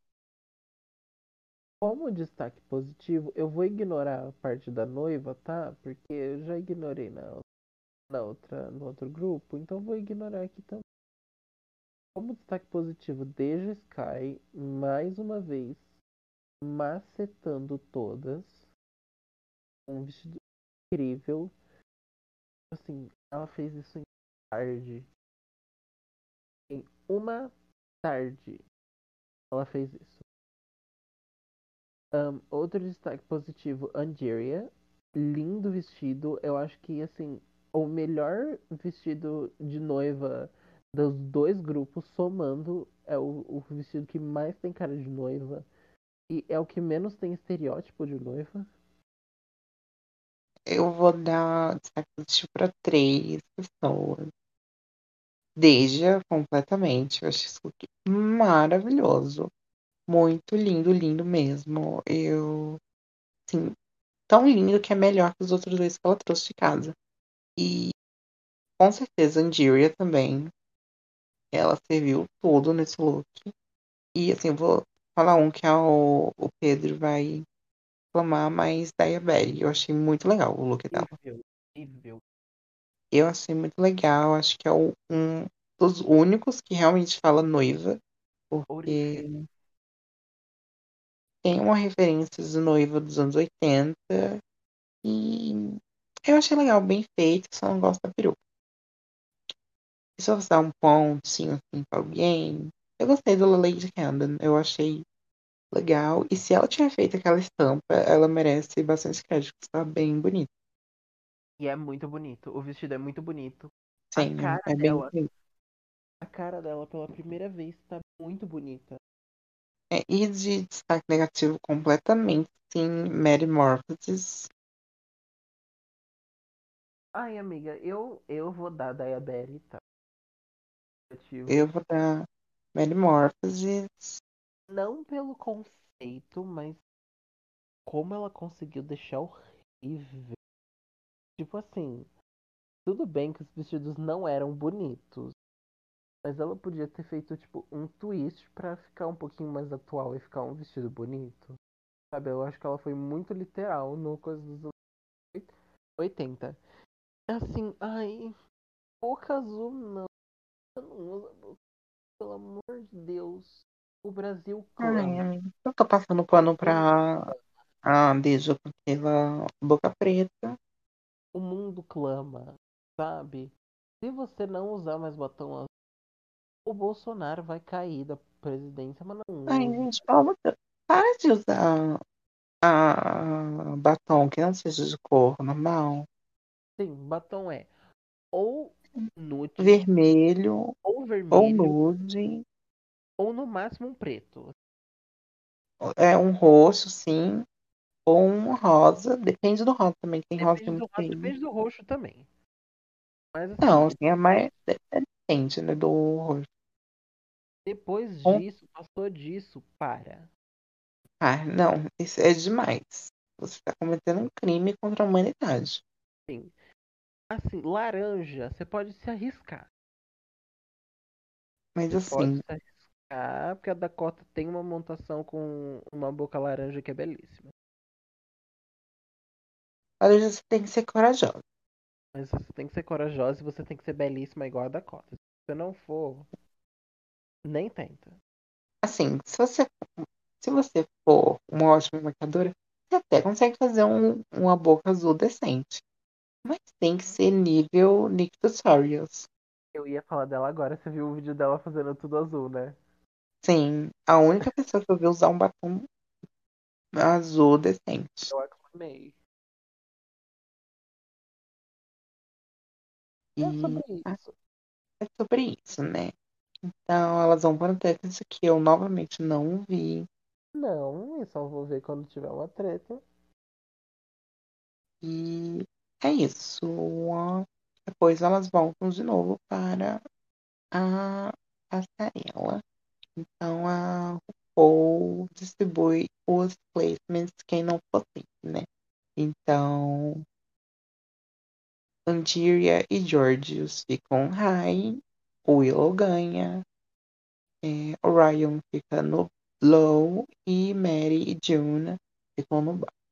Como destaque positivo, eu vou ignorar a parte da noiva, tá? Porque eu já ignorei na, na outra, no outro grupo, então vou ignorar aqui também. Como destaque positivo, Deja Sky, mais uma vez, macetando todas. Um vestido incrível. Assim, ela fez isso em tarde. Em uma tarde, ela fez isso. Um, outro destaque positivo, Angeria. Lindo vestido. Eu acho que, assim, o melhor vestido de noiva dos dois grupos, somando, é o, o vestido que mais tem cara de noiva. E é o que menos tem estereótipo de noiva. Eu vou dar destaque positivo para três pessoas. Deja, completamente. Eu acho esse look maravilhoso. Muito lindo, lindo mesmo. Eu, assim, tão lindo que é melhor que os outros dois que ela trouxe de casa. E com certeza Andiria também. Ela serviu tudo nesse look. E assim, eu vou falar um que é o, o Pedro vai reclamar, mas da Berry. Eu achei muito legal o look dela. Incrível, incrível. Eu achei muito legal. Acho que é o- um dos únicos que realmente fala noiva, Original. porque tem uma referência de noiva dos anos oitenta e eu achei legal, bem feito, só não gosto da peruca. E se eu fosse dar um pontinho assim pra alguém, eu gostei do Lady Camden, eu achei legal. E se ela tiver feito aquela estampa, ela merece bastante crédito, está bem bonito. E é muito bonito. O vestido é muito bonito. A Sim, cara é bem dela, bonito. a cara dela pela primeira vez tá muito bonita. É, e de destaque negativo completamente, sim, Mary Morpheus. Ai, amiga, eu, eu vou dar Diabetes, tá? Eu Negativo. vou dar Mary Morpheus. Não pelo conceito, mas como ela conseguiu deixar horrível. Tipo assim, tudo bem que os vestidos não eram bonitos, mas ela podia ter feito, tipo, um twist pra ficar um pouquinho mais atual e ficar um vestido bonito. Sabe, eu acho que ela foi muito literal no coisa dos oitenta. Assim, ai. Boca azul não. Você não usa boca, pelo amor de Deus. O Brasil clama. Ai, eu tô passando O pano mundo, pra a Deja com aquela boca preta. o mundo clama, sabe? Se você não usar mais batom azul, o Bolsonaro vai cair da presidência, mas não Ai, use. gente, pelo amor de Deus, para de usar a batom que não seja de cor normal. Sim, batom é ou nude, Vermelho ou ou vermelho, nude. ou no máximo um preto. É um roxo, sim, ou um rosa. Depende do rosa também, tem rosa que é Depende muito do rosa, feio. depende do roxo também. Mas Não, assim, assim, é mais. é- Depende, né, do roxo. depois Um- disso, passou disso, para. Ah, não, isso é demais. Você está cometendo um crime contra a humanidade. Sim. Assim, laranja, você pode se arriscar. Mas Você pode assim, se arriscar, porque a Dakota tem uma montação com uma boca laranja que é belíssima. olha, você tem que ser corajosa. Mas você tem que ser corajosa e você tem que ser belíssima igual a Dakota. Se você não for, nem tenta. Assim, se você, se você for uma ótima maquiadora, você até consegue fazer um, uma boca azul decente. Mas tem que ser nível Nick Tutorials. Eu ia falar dela agora, você viu o vídeo dela fazendo tudo azul, né? Sim, a única pessoa que eu vi usar um batom azul decente. Eu aclamei. É E sobre ah, isso. é sobre isso, né? Então elas vão para um teste que eu novamente não vi. Não, eu só vou ver quando tiver uma treta. E é isso. Depois elas voltam de novo para a passarela. Então a RuPaul distribui os placements quem não possui, né? Então Antíria e Georgios ficam high, o Willow ganha, é, Orion fica no low e Mary e June ficam no bar.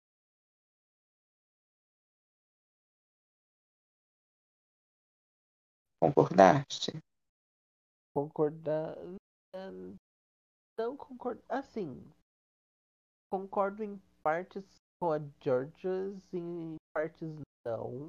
Concordaste? Concordar. Não concordo. Assim, concordo em partes com a Georgias e em partes não.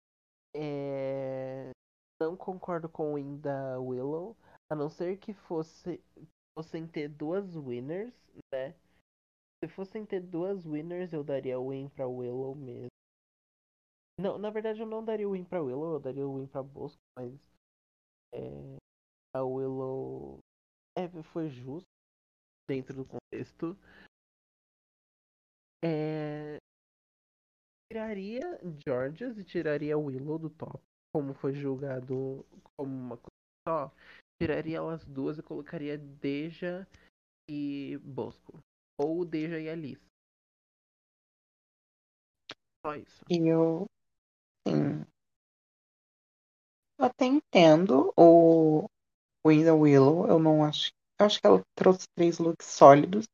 É... Não concordo com o win da Willow. A não ser que fosse fossem ter duas winners, né? Se fossem ter duas winners, eu daria o win pra Willow mesmo. Não, na verdade eu não daria o win pra Willow, eu daria o win pra Bosco, mas é, a Willow é, foi justo dentro do contexto. É, tiraria Georges e tiraria Willow do top, como foi julgado como uma coisa só. Tiraria elas duas e colocaria Deja e Bosco. Ou Deja e Alice. Só isso. E eu, sim, eu até entendo o win da Willow, eu não acho. Eu acho que ela trouxe três looks sólidos,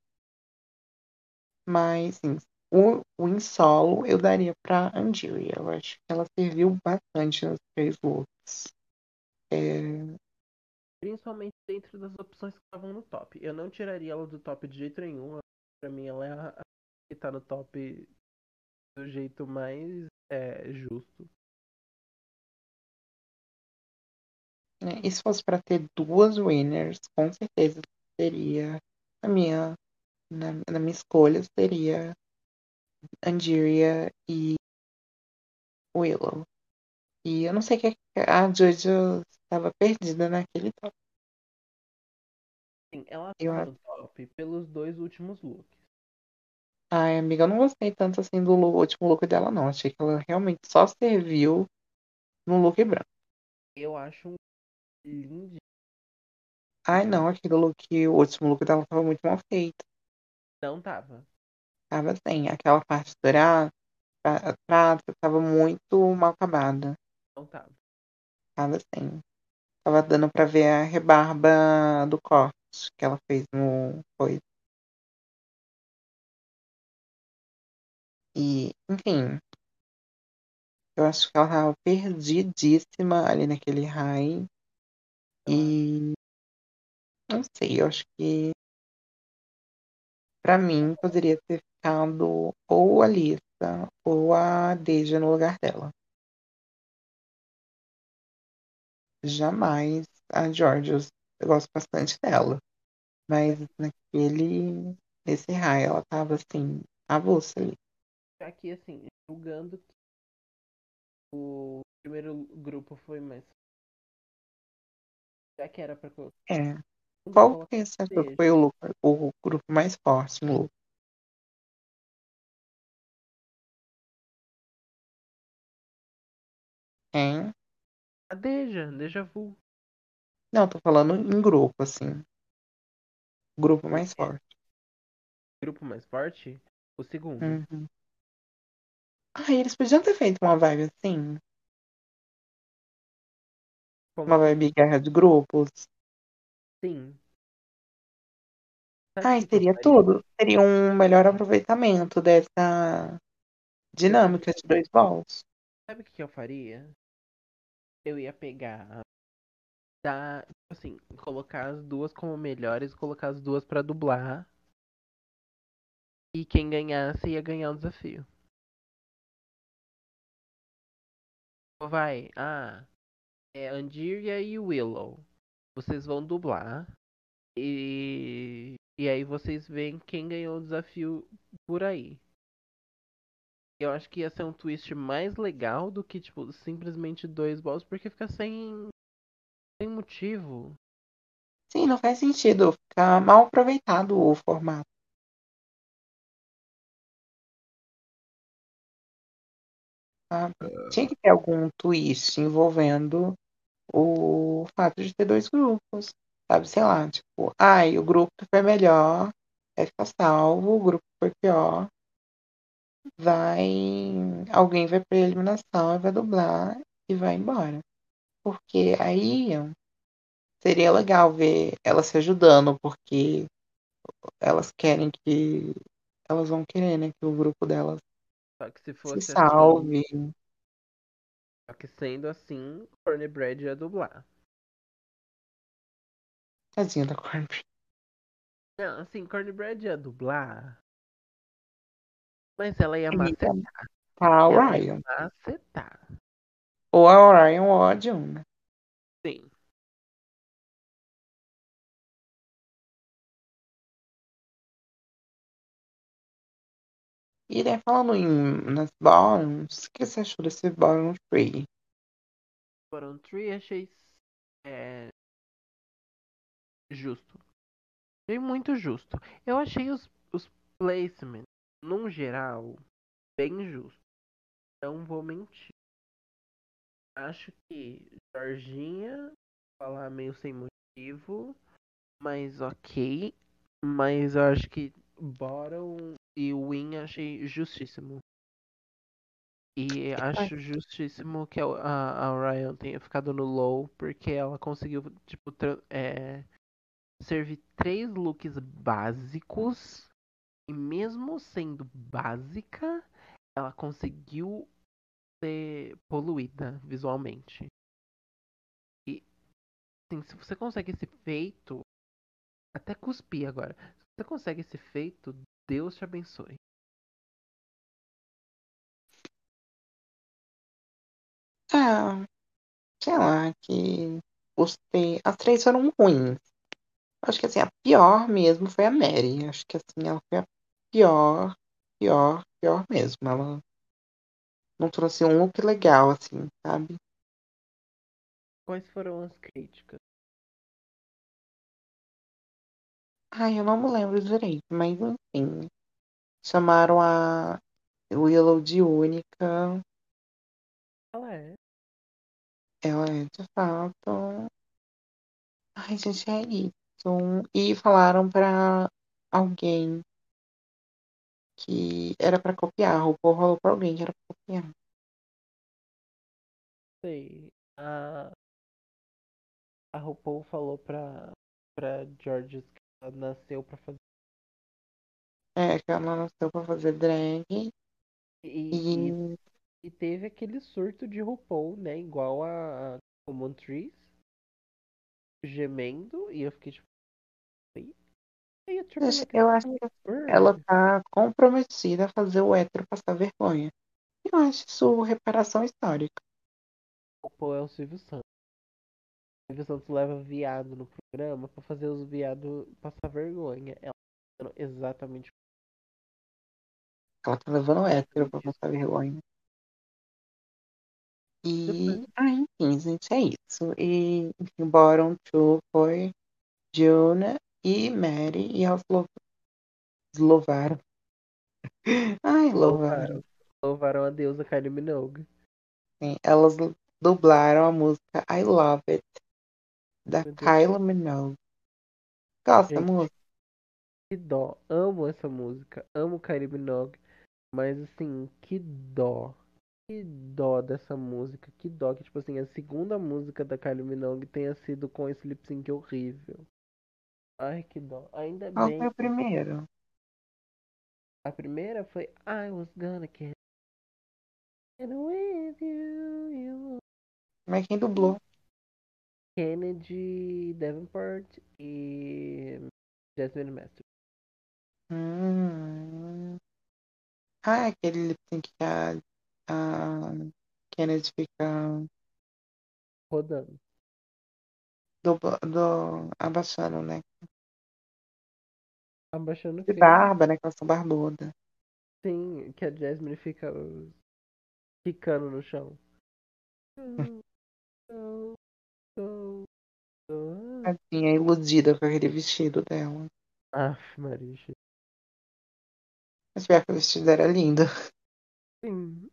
mas sim, o win solo eu daria pra Angeria. Eu acho que ela serviu bastante nos três looks. É, Principalmente dentro das opções que estavam no top. Eu não tiraria ela do top de jeito nenhum. Pra mim, ela é a a que tá no top do jeito mais é, justo. né, e se fosse pra ter duas winners, com certeza seria a minha, na, na minha escolha, seria Angeria e Willow. E eu não sei o que a Jojo estava perdida naquele top. Sim, ela Eu, tá no top pelos dois últimos looks. ai, amiga, eu não gostei tanto assim do look- último look dela, não. Achei que ela realmente só serviu no look branco. Eu acho um lindo. Ai, não, aquele look, o último look dela tava muito mal feito. Não tava. Tava assim, aquela parte dourada, pra- prata, tava muito mal acabada. Não tava. Tava assim. Tava dando pra ver a rebarba do corte que ela fez no. Foi. E, enfim, Eu acho que ela tava perdidíssima ali naquele high. Eu acho. E não sei, eu acho que pra mim poderia ter ficado ou a Lisa ou a Deja no lugar dela. Jamais a Georgia. Eu gosto bastante dela. Mas naquele. Nesse high ela tava assim, avulsa ali. Aqui, assim, julgando que o primeiro grupo foi mais. Já que era pra colocar. É. Segundo, Qual colocar que você achou que Deja. foi o, lu- o grupo mais forte no lucro? Hein? A Deja, Deja Vu. Não, tô falando em grupo, assim. Grupo O mais quê? forte. Grupo mais forte? O segundo. Uhum. Ah, eles podiam ter feito uma vibe assim. Como Uma assim? vibe guerra de grupos. Sim. Sabe o Ai, que, que eu teria faria? tudo. Teria um melhor aproveitamento dessa Eu também. dinâmica de dois balls. Sabe o que, que eu faria? Eu ia pegar. Tá, assim, colocar as duas como melhores, colocar as duas pra dublar. E quem ganhasse ia ganhar o desafio. Vai, ah, é Andiria e Willow. Vocês vão dublar. E, e aí vocês veem quem ganhou o desafio por aí. Eu acho que ia ser um twist mais legal do que, tipo, simplesmente dois balls, porque fica sem, sem motivo. Sim, não faz sentido. Fica mal aproveitado o formato, sabe? Tinha que ter algum twist envolvendo o fato de ter dois grupos. Sabe, sei lá, tipo, ai, o grupo que foi melhor vai ficar salvo, o grupo que foi pior vai. Alguém vai pra eliminação e vai dublar e vai embora. Porque aí seria legal ver elas se ajudando, porque elas querem que. Elas vão querer, né, que o grupo delas Só que se se fosse assim, salve. só que sendo assim, Cornbread ia dublar. Tadinha da Corn. Não, assim, Cornbread ia dublar, mas ela ia Amiga, macetar. tá o Ela ia Ryan. macetar. Ou a Orion ou a June. Sim. E daí, falando em, nas bottoms, o que você achou desse bottom three? Bottom three achei é, justo. Achei muito justo. Eu achei os, os placements, num geral, bem justos. Não vou mentir. Acho que Jorginha falar meio sem motivo, mas ok. Mas eu acho que Bottom e Win achei justíssimo. E Ai, acho justíssimo que a, a, a Ryan tenha ficado no low, porque ela conseguiu, tipo, tra- é, servir três looks básicos. E mesmo sendo básica, ela conseguiu ser poluída visualmente. E assim, se você consegue esse feito, até cuspi agora. Se você consegue esse feito, Deus te abençoe. ah, sei lá, que os te- as três foram ruins. Acho que assim, a pior mesmo foi a Mary. Acho que assim, ela foi a pior, pior, pior mesmo. Ela não trouxe um look legal, assim, sabe? Quais foram as críticas? Ai, eu não me lembro direito, mas enfim. Chamaram a Willow de única. Ela é. Ela é de fato. Ai, gente, é isso. E falaram pra alguém que era pra copiar. O povo falou pra alguém que era pra copiar. Sei. A, a RuPaul falou pra, pra George que ela nasceu pra fazer. É, que ela nasceu pra fazer drag. E, e E. E teve aquele surto de RuPaul, né? Igual a, a Common Trees, gemendo, e eu fiquei tipo, "Oi?" E a Triple Gente, J eu acho foi que ela word. tá comprometida a fazer o hétero passar vergonha. Eu acho isso reparação histórica. O RuPaul é o Silvio Santos. O Silvio Santos leva viado no programa pra fazer os viados passar vergonha. Ela tá fazendo exatamente Ela tá levando o hétero o pra disso. passar vergonha. E, Depois, ah, enfim, gente, é isso. E, enfim, Bottom Two foi Juna e Mary, e elas lou- louvaram. Ai, louvaram. louvaram. Louvaram a deusa Kylie Minogue. Sim, elas dublaram a música I Love It, da Meu Deus. Kylie Minogue. Gosta da Gente, música? que dó. Amo essa música. Amo Kylie Minogue. Mas assim, que dó. Que dó dessa música. Que dó que, tipo assim, a segunda música da Kylie Minogue tenha sido com esse lip sync horrível. Ai, que dó. Ainda Qual foi bem o que primeiro? a primeira foi I was gonna get with you, you. Mas quem dublou? Kennedy Davenport e Jasmine Master. Hum. Ah, é aquele lip sync que a, a Kennedy fica Rodando. dubla- do, abaixando, né? Abaixando o De quê? barba, né? Que elas são barbuda. Sim, que a Jasmine fica quicando no chão. Tadinha, iludida com aquele vestido dela. Aff, Maria. Mas pior que o vestido era lindo. Sim.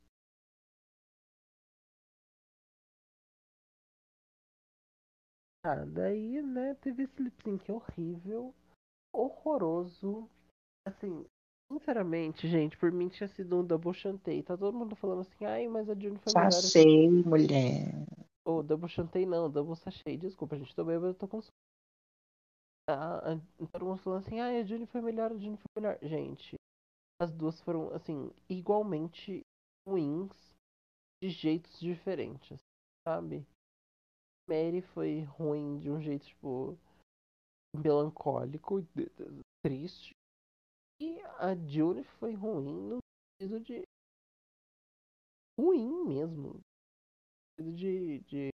Ah, daí, né, teve esse lip sync horrível, horroroso. Assim, sinceramente, gente, por mim tinha sido um double chantei. Tá todo mundo falando assim, ai, mas a June foi Já melhor. achei, mulher. Ô, double chantei não, double sachê. Desculpa, gente, tô bêbado, eu tô com sono. Ah, a- todo mundo falando assim, ai, a June foi melhor, a June foi melhor. Gente, as duas foram, assim, igualmente ruins de jeitos diferentes, sabe? Mary foi ruim de um jeito, tipo, melancólico, de- de- triste. E a June foi ruim no sentido de ruim mesmo. No sentido de, de...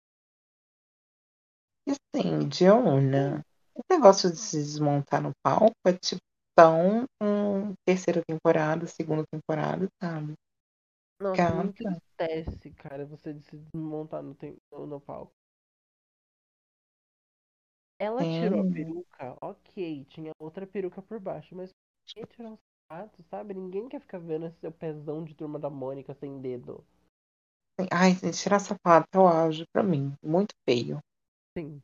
E assim, Diona, o negócio de se desmontar no palco é tipo tão um, terceira temporada, segunda temporada, sabe? Nossa, me Gata. entristece, cara, você de se desmontar no, tem- no, no palco. Ela tirou a Sim. peruca, ok, tinha outra peruca por baixo, mas por que tirar um sapato, sabe? Ninguém quer ficar vendo esse seu pezão de Turma da Mônica sem dedo. Ai, gente, tirar sapato é o auge pra mim. Muito feio. Sim,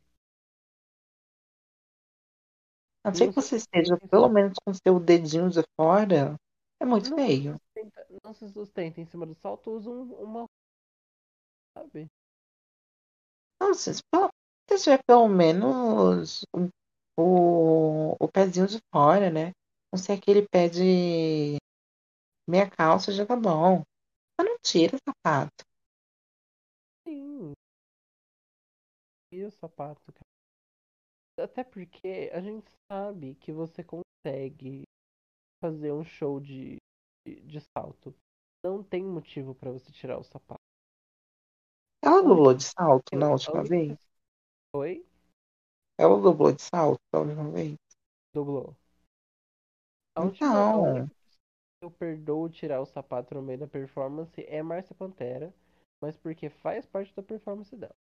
A não ser não que se você esteja sustenta em pelo cima, menos com seu dedinho de fora, é muito não se feio. sustenta, não se sustenta em cima do salto, usa um- uma, sabe? Nossa, se pelo- se tiver pelo menos o, o, o pezinho de fora, né? Não sei, aquele pé de meia calça já tá bom. Mas não tira sapato. Sim, e o sapato, cara. Até porque a gente sabe que você consegue fazer um show de, de, de salto. Não tem motivo pra você tirar o sapato. Ela A única, dublou de salto na a última única vez? pessoa. Oi? Ela dublou de salto da última vez? Dublou. A última, a Então, única pessoa que eu perdoo tirar o sapato no meio da performance é Márcia Pantera, mas porque faz parte da performance dela.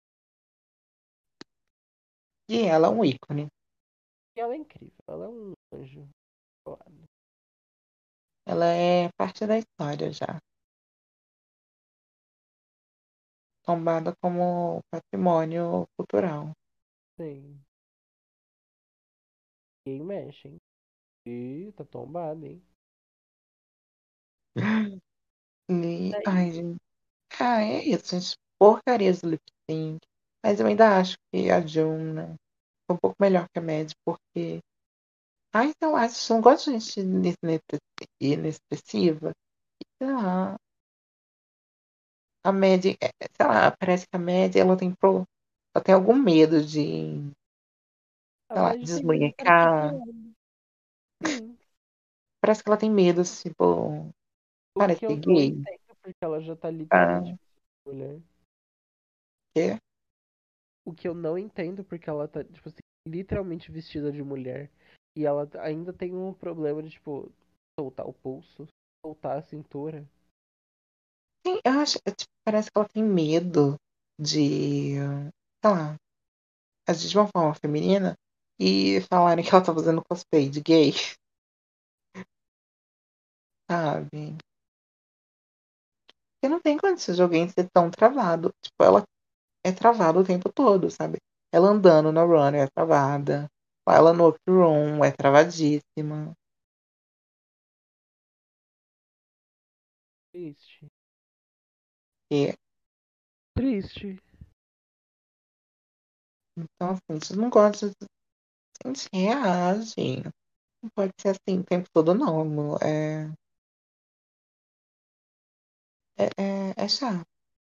e ela é um ícone. E ela é incrível, ela é um anjo. Voado. Ela é parte da história já. Tombada como patrimônio cultural. Sim. Quem mexe, hein? Ih, tá tombado, hein? E, ai, Daí, gente. Ah, é isso, gente. Porcarias do lip sync. Mas eu ainda acho que a June, né, foi um pouco melhor que a Mad, porque. Ai, eu acho, eu não gosto de gente inexpressiva. Ah, A Maddie, é, sei lá, parece que a Maddie, ela tem, pro, ela tem algum medo de, A sei lá, média tem medo de parecer desmunhecar. pior. Sim. Parece que ela tem medo, tipo, O que parecer eu não gay. entendo, porque ela já tá literalmente Ah, vestida de mulher. quê? O que eu não entendo, porque ela tá, tipo assim, literalmente vestida de mulher. E ela ainda tem um problema de, tipo, soltar o pulso, soltar a cintura. Sim, eu acho, é, tipo, parece que ela tem medo de, sei lá, agir de uma forma feminina e falarem que ela tá fazendo cosplay de gay, sabe? Porque não tem condições de alguém ser tão travado. Tipo, ela é travada o tempo todo, sabe? Ela andando na runner é travada. Ela no workroom é travadíssima. Triste. E, Triste. então, assim, vocês não gostam, gente, reagem. Não pode ser assim o tempo todo, não, amor. É, é, é, é chato.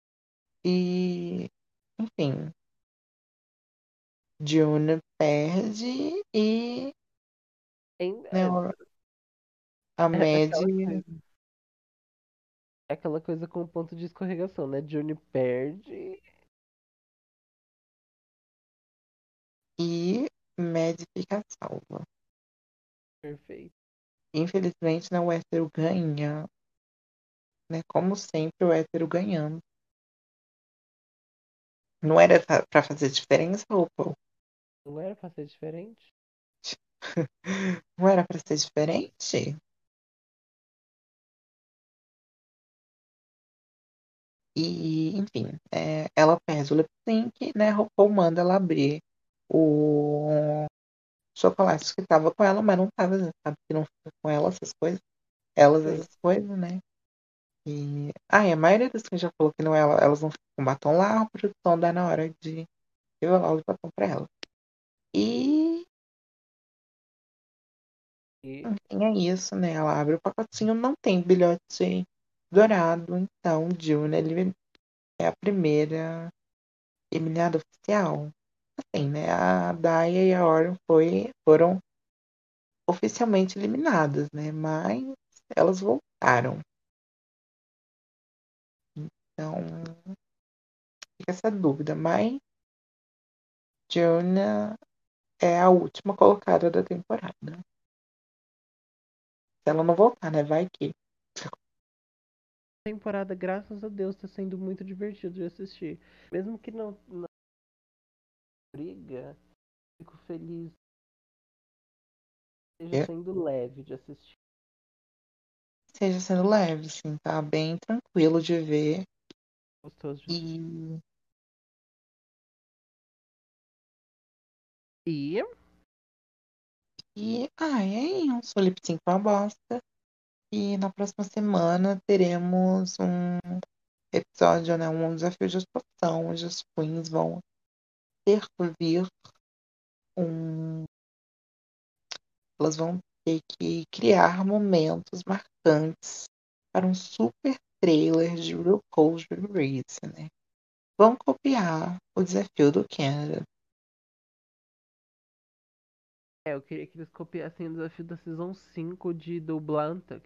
E, enfim, June perde e, Em- né, É, a é aquela Maddie coisa. É aquela coisa com ponto de escorregação, né? Johnny perde. e Maddie fica salva. Perfeito. Infelizmente, né, o hétero ganha, né? Como sempre, o hétero ganhando. Não era fa- pra fazer diferença, pô? Não era pra ser diferente? Não era pra ser diferente? E, enfim, é, ela perde o lip sync, né? RuPaul manda ela abrir o chocolate que tava com ela, mas não tava, sabe que não fica com ela essas coisas. Elas, Sim. essas coisas, né? E, ah, e a maioria das que já falou que não é ela, elas não ficam com batom lá, a produção dá na hora de revelar o batom pra ela. E, E enfim, é isso, né? Ela abre o pacotinho, não tem bilhote dourado, então June, ele é a primeira eliminada oficial. Assim, né? A Daya e a Orion foi, foram oficialmente eliminadas, né? Mas elas voltaram. Então, fica essa dúvida. Mas June é a última colocada da temporada. Se ela não voltar, né? Vai que. a temporada, graças a Deus, tá sendo muito divertido de assistir. Mesmo que não, não briga, fico feliz que esteja sendo leve de assistir. Seja sendo leve, assim, tá bem tranquilo de ver. Gostoso de assistir. E, E e ah, é isso. O lip sync foi uma bosta. E na próxima semana teremos um episódio, né? Um desafio de atuação, onde as queens vão ter que vir um. Elas vão ter que criar momentos marcantes para um super trailer de RuPaul's Drag Race, né? Vão copiar o desafio do Canada. é, eu queria que eles copiassem o desafio da Season cinco de Dublanta.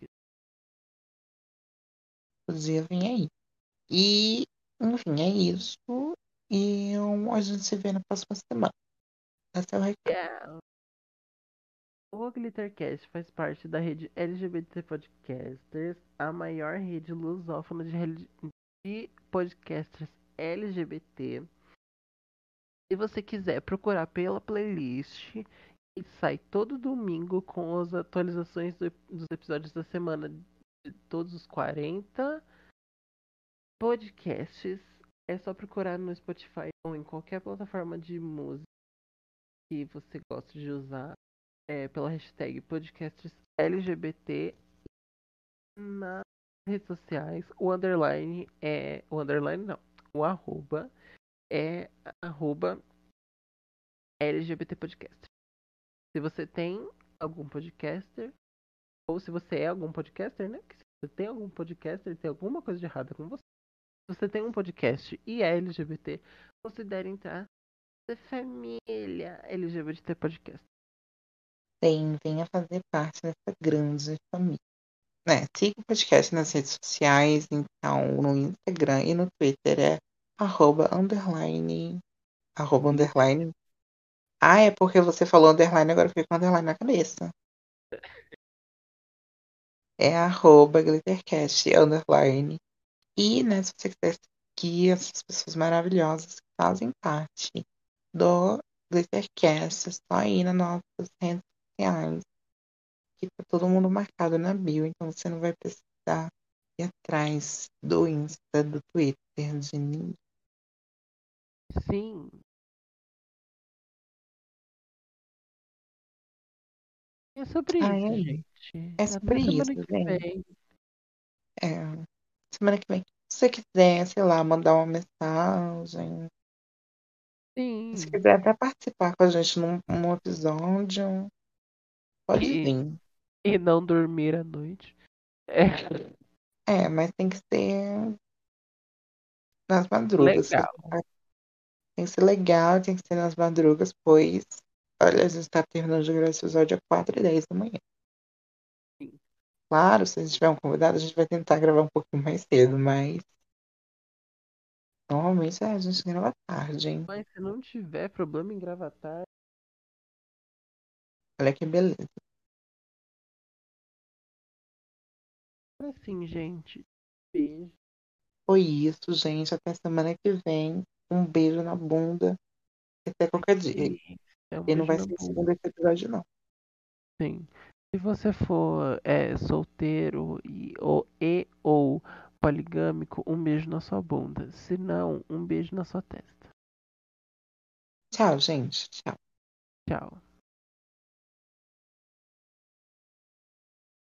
Podia vir aí. E, enfim, é isso. E um, a gente se vê na próxima semana. Esse é o recado. Yeah. O Glittercast faz parte da rede L G B T Podcasters, a maior rede lusófona de, reli- de podcasters L G B T. Se você quiser procurar pela playlist, e sai todo domingo com as atualizações do- dos episódios da semana de todos os quarenta podcasts. É só procurar no Spotify ou em qualquer plataforma de música que você gosta de usar, é, pela hashtag podcasters L G B T nas redes sociais. O underline é. O underline não. O arroba é arroba L G B T Podcast. Se você tem algum podcaster, ou se você é algum podcaster, né? Que se você tem algum podcaster, tem alguma coisa de errada com você. Se você tem um podcast e é L G B T, considere entrar na família L G B T Podcast. Tem, venha fazer parte dessa grande família. Né? Siga o podcast nas redes sociais, então no Instagram e no Twitter é arroba underline. Arroba Glitter. underline. Ah, é porque você falou underline, agora eu fiquei com underline na cabeça. É arroba glittercast, underline. E, né, se você quiser seguir essas pessoas maravilhosas que fazem parte do Glittercast, é só ir nas nossas redes sociais, que tá todo mundo marcado na bio, então você não vai precisar ir atrás do Insta, do Twitter, de ninguém. Sim. E é sobre Ah, isso, é, gente. é Até sobre isso, semana que gente. vem. É, semana que vem, se você quiser, sei lá, mandar uma mensagem, se Sim. quiser até participar com a gente num, num episódio, pode E, vir. e não dormir à noite. É É, mas tem que ser nas madrugas. Que legal. tem que ser legal, tem que ser nas madrugas, pois, olha, a gente tá terminando de gravar esse episódio às quatro e dez da manhã. Sim. Claro, se a gente tiver um convidado, a gente vai tentar gravar um pouquinho mais cedo, mas normalmente é, a gente grava tarde, hein? Mas se não tiver problema em gravatar, Olha que beleza. assim, gente. Beijo. Foi isso, gente. Até semana que vem. Um beijo na bunda. E até qualquer dia. É um E não beijo vai na ser bunda. segundo esse episódio, não. Sim. Se você for é, solteiro e ou, e ou poligâmico, um beijo na sua bunda. Se não, um beijo na sua testa. Tchau, gente. Tchau. Tchau.